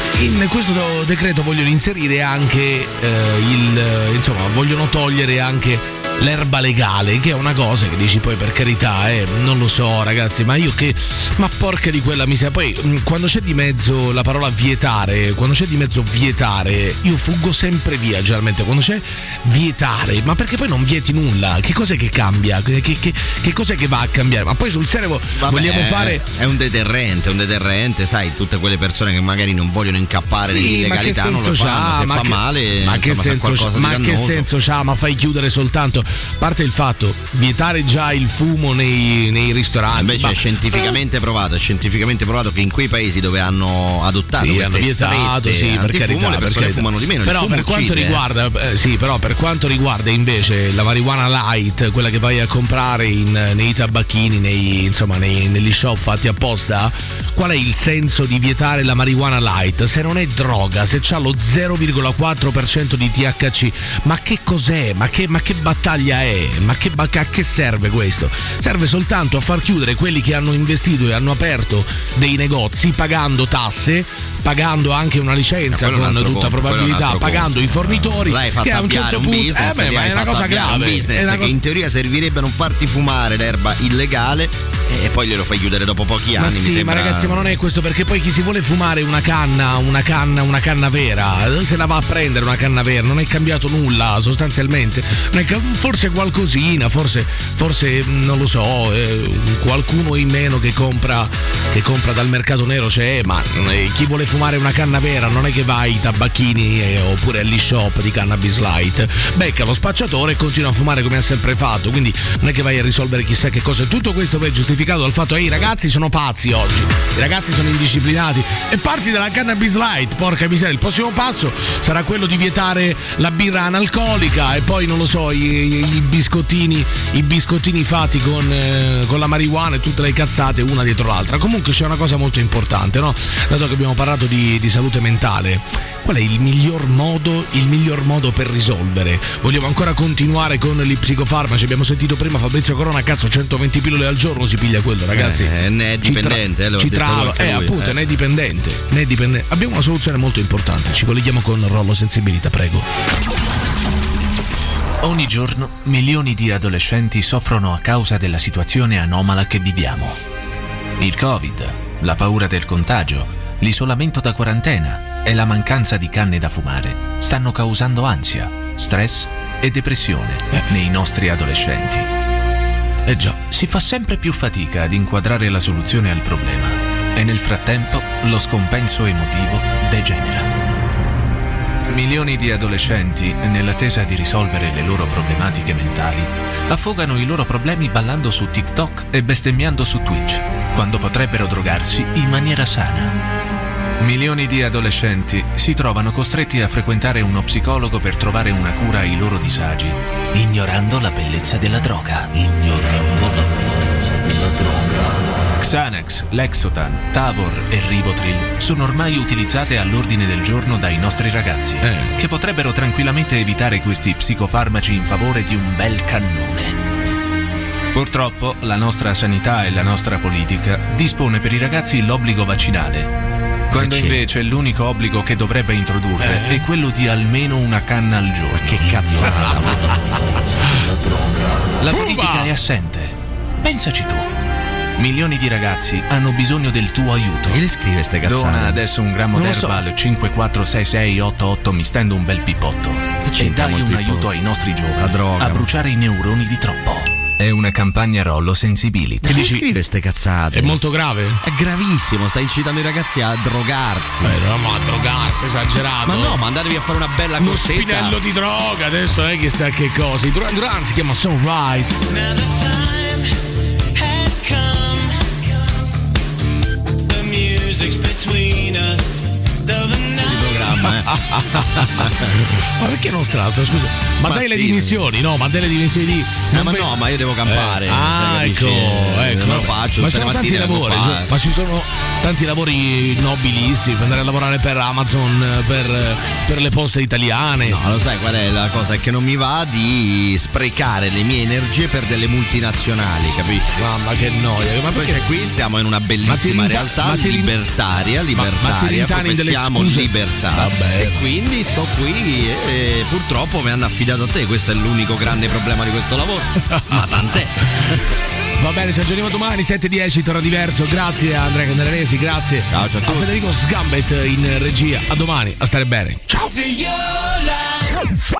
in questo decreto vogliono inserire anche eh, il, insomma, vogliono togliere anche l'erba legale, che è una cosa che dici poi per carità, eh, non lo so ragazzi, ma io che, ma porca di quella miseria, poi mh, quando c'è di mezzo la parola vietare, quando c'è di mezzo vietare, io fuggo sempre via generalmente, quando c'è vietare, ma perché poi non vieti nulla, che cos'è che cambia, che, che, che, che cos'è che va a cambiare, ma poi sul serio Vabbè, vogliamo fare... È un deterrente, un deterrente, sai, tutte quelle persone che magari non vogliono incappare sì, nell'illegalità non lo fanno, se ma fa che, male, ma che insomma, senso c'ha, ma che senso c'ha, ma fai chiudere soltanto, a parte il fatto, vietare già il fumo nei, nei ristoranti. Invece ma... è scientificamente provato, è scientificamente provato che in quei paesi dove hanno adottato sì, queste hanno vietato, sì, per antifumo, carità, le persone per fumano di meno. Però per quanto uccide, riguarda eh, sì, però per quanto riguarda invece la marijuana light, quella che vai a comprare in, nei tabacchini, nei, insomma, nei, negli shop fatti apposta, qual è il senso di vietare la marijuana light se non è droga, se c'ha lo zero virgola quattro per cento di T H C? Ma che cos'è? Ma che, ma che battaglia è? Ma che, a che serve questo? Serve soltanto a far chiudere quelli che hanno investito e hanno aperto dei negozi pagando tasse, pagando anche una licenza con tutta conto, probabilità, pagando i fornitori. L'hai fatto che a un certo un punto business, eh beh, ma è una cosa grave, un business è una che cosa... in teoria servirebbe a non farti fumare l'erba illegale e poi glielo fai chiudere dopo pochi anni. Ma sì, mi sembra... ma ragazzi, ma non è questo, perché poi chi si vuole fumare una canna, una canna, una canna vera, se la va a prendere una canna vera, non è cambiato nulla sostanzialmente. Non è, forse qualcosina, forse, forse non lo so, eh, qualcuno in meno che compra, che compra dal mercato nero c'è, ma eh, chi vuole fumare una canna vera non è che va ai tabacchini eh, oppure agli shop di cannabis light, becca lo spacciatore e continua a fumare come ha sempre fatto, quindi non è che vai a risolvere chissà che cosa. Tutto questo per giustificare giustificato dal fatto che i ragazzi sono pazzi oggi, i ragazzi sono indisciplinati, e parti dalla cannabis light. Porca miseria, il prossimo passo sarà quello di vietare la birra analcolica e poi non lo so, i, i, i biscottini i biscottini fatti con, eh, con la marijuana e tutte le cazzate una dietro l'altra. Comunque c'è una cosa molto importante, no? Dato che abbiamo parlato di, di salute mentale, qual è il miglior modo il miglior modo per risolvere? Vogliamo ancora continuare con gli psicofarmaci? Abbiamo sentito prima Fabrizio Corona, cazzo, centoventi pillole al giorno si piglia quello, ragazzi. Eh, ne è dipendente, ci tra- eh, ci trava, eh, lui, appunto, eh. ne è dipendente, ne è dipendente. Abbiamo una soluzione molto importante, ci colleghiamo con Rollo Sensibilità, prego. Ogni giorno milioni di adolescenti soffrono a causa della situazione anomala che viviamo. Il Covid, la paura del contagio, l'isolamento da quarantena e la mancanza di canne da fumare stanno causando ansia, stress e depressione nei nostri adolescenti. Eh già. Si fa sempre più fatica ad inquadrare la soluzione al problema e nel frattempo lo scompenso emotivo degenera. Milioni di adolescenti, nell'attesa di risolvere le loro problematiche mentali, affogano i loro problemi ballando su TikTok e bestemmiando su Twitch, quando potrebbero drogarsi in maniera sana. Milioni di adolescenti si trovano costretti a frequentare uno psicologo per trovare una cura ai loro disagi, ignorando la bellezza della droga. Ignorando la bellezza della droga. Xanax, Lexotan, Tavor e Rivotril sono ormai utilizzate all'ordine del giorno dai nostri ragazzi, eh. che potrebbero tranquillamente evitare questi psicofarmaci in favore di un bel cannone. Purtroppo la nostra sanità e la nostra politica dispone per i ragazzi l'obbligo vaccinale, quando invece l'unico obbligo che dovrebbe introdurre eh. è quello di almeno una canna al giorno. Che cazzata! La politica è assente. Pensaci tu. Milioni di ragazzi hanno bisogno del tuo aiuto. Chi le scrive ste cazzate? Dona adesso un grammo Non lo so. d'erba al cinque quattro sei sei otto otto mi stendo un bel pippotto. E c'entriamo dai il un pippotto? aiuto ai nostri giovani La droga, a ma- bruciare i neuroni di troppo. È una campagna Rollo Sensibility. Chi scrive ste cazzate? È molto grave? È gravissimo, sta incitando i ragazzi a drogarsi. Eh, no, ma a drogarsi, esagerato. Ma no, ma andatevi a fare una bella Uno corsetta. spinello di droga, adesso non è chissà che cosa. I Duran Duran si chiama Sunrise. Programma, eh. Ma perché non straso? Scusa, ma, Ma dai le sì. dimissioni, no? Ma dai le dimissioni di. Eh, ma no, ma io devo campare. Eh, ah, cioè, ecco, capisci? ecco. Non lo faccio Ma tutte le sono tanti mattine. devo lavori, fare. cioè, ma ci sono tanti lavori nobilissimi per andare a lavorare per Amazon, per, per le poste italiane. No, lo sai qual è la cosa? È che non mi va di sprecare le mie energie per delle multinazionali, capisci? Mamma che noia. Ma perché Invece qui stiamo in una bellissima rinta- realtà ma ti rin- libertaria, ma ti libertaria, rintani delle professiamo scuse? libertà. Vabbè. E quindi sto qui e, e purtroppo mi hanno affidato a te, questo è l'unico grande problema di questo lavoro. Ma tant'è. Va bene, ci aggiorniamo domani sette e dieci, torna diverso. Grazie a Andrea Candelaresi, grazie Ciao, ciao a a tutti. Federico Sgambet in regia. A domani, a stare bene. Ciao.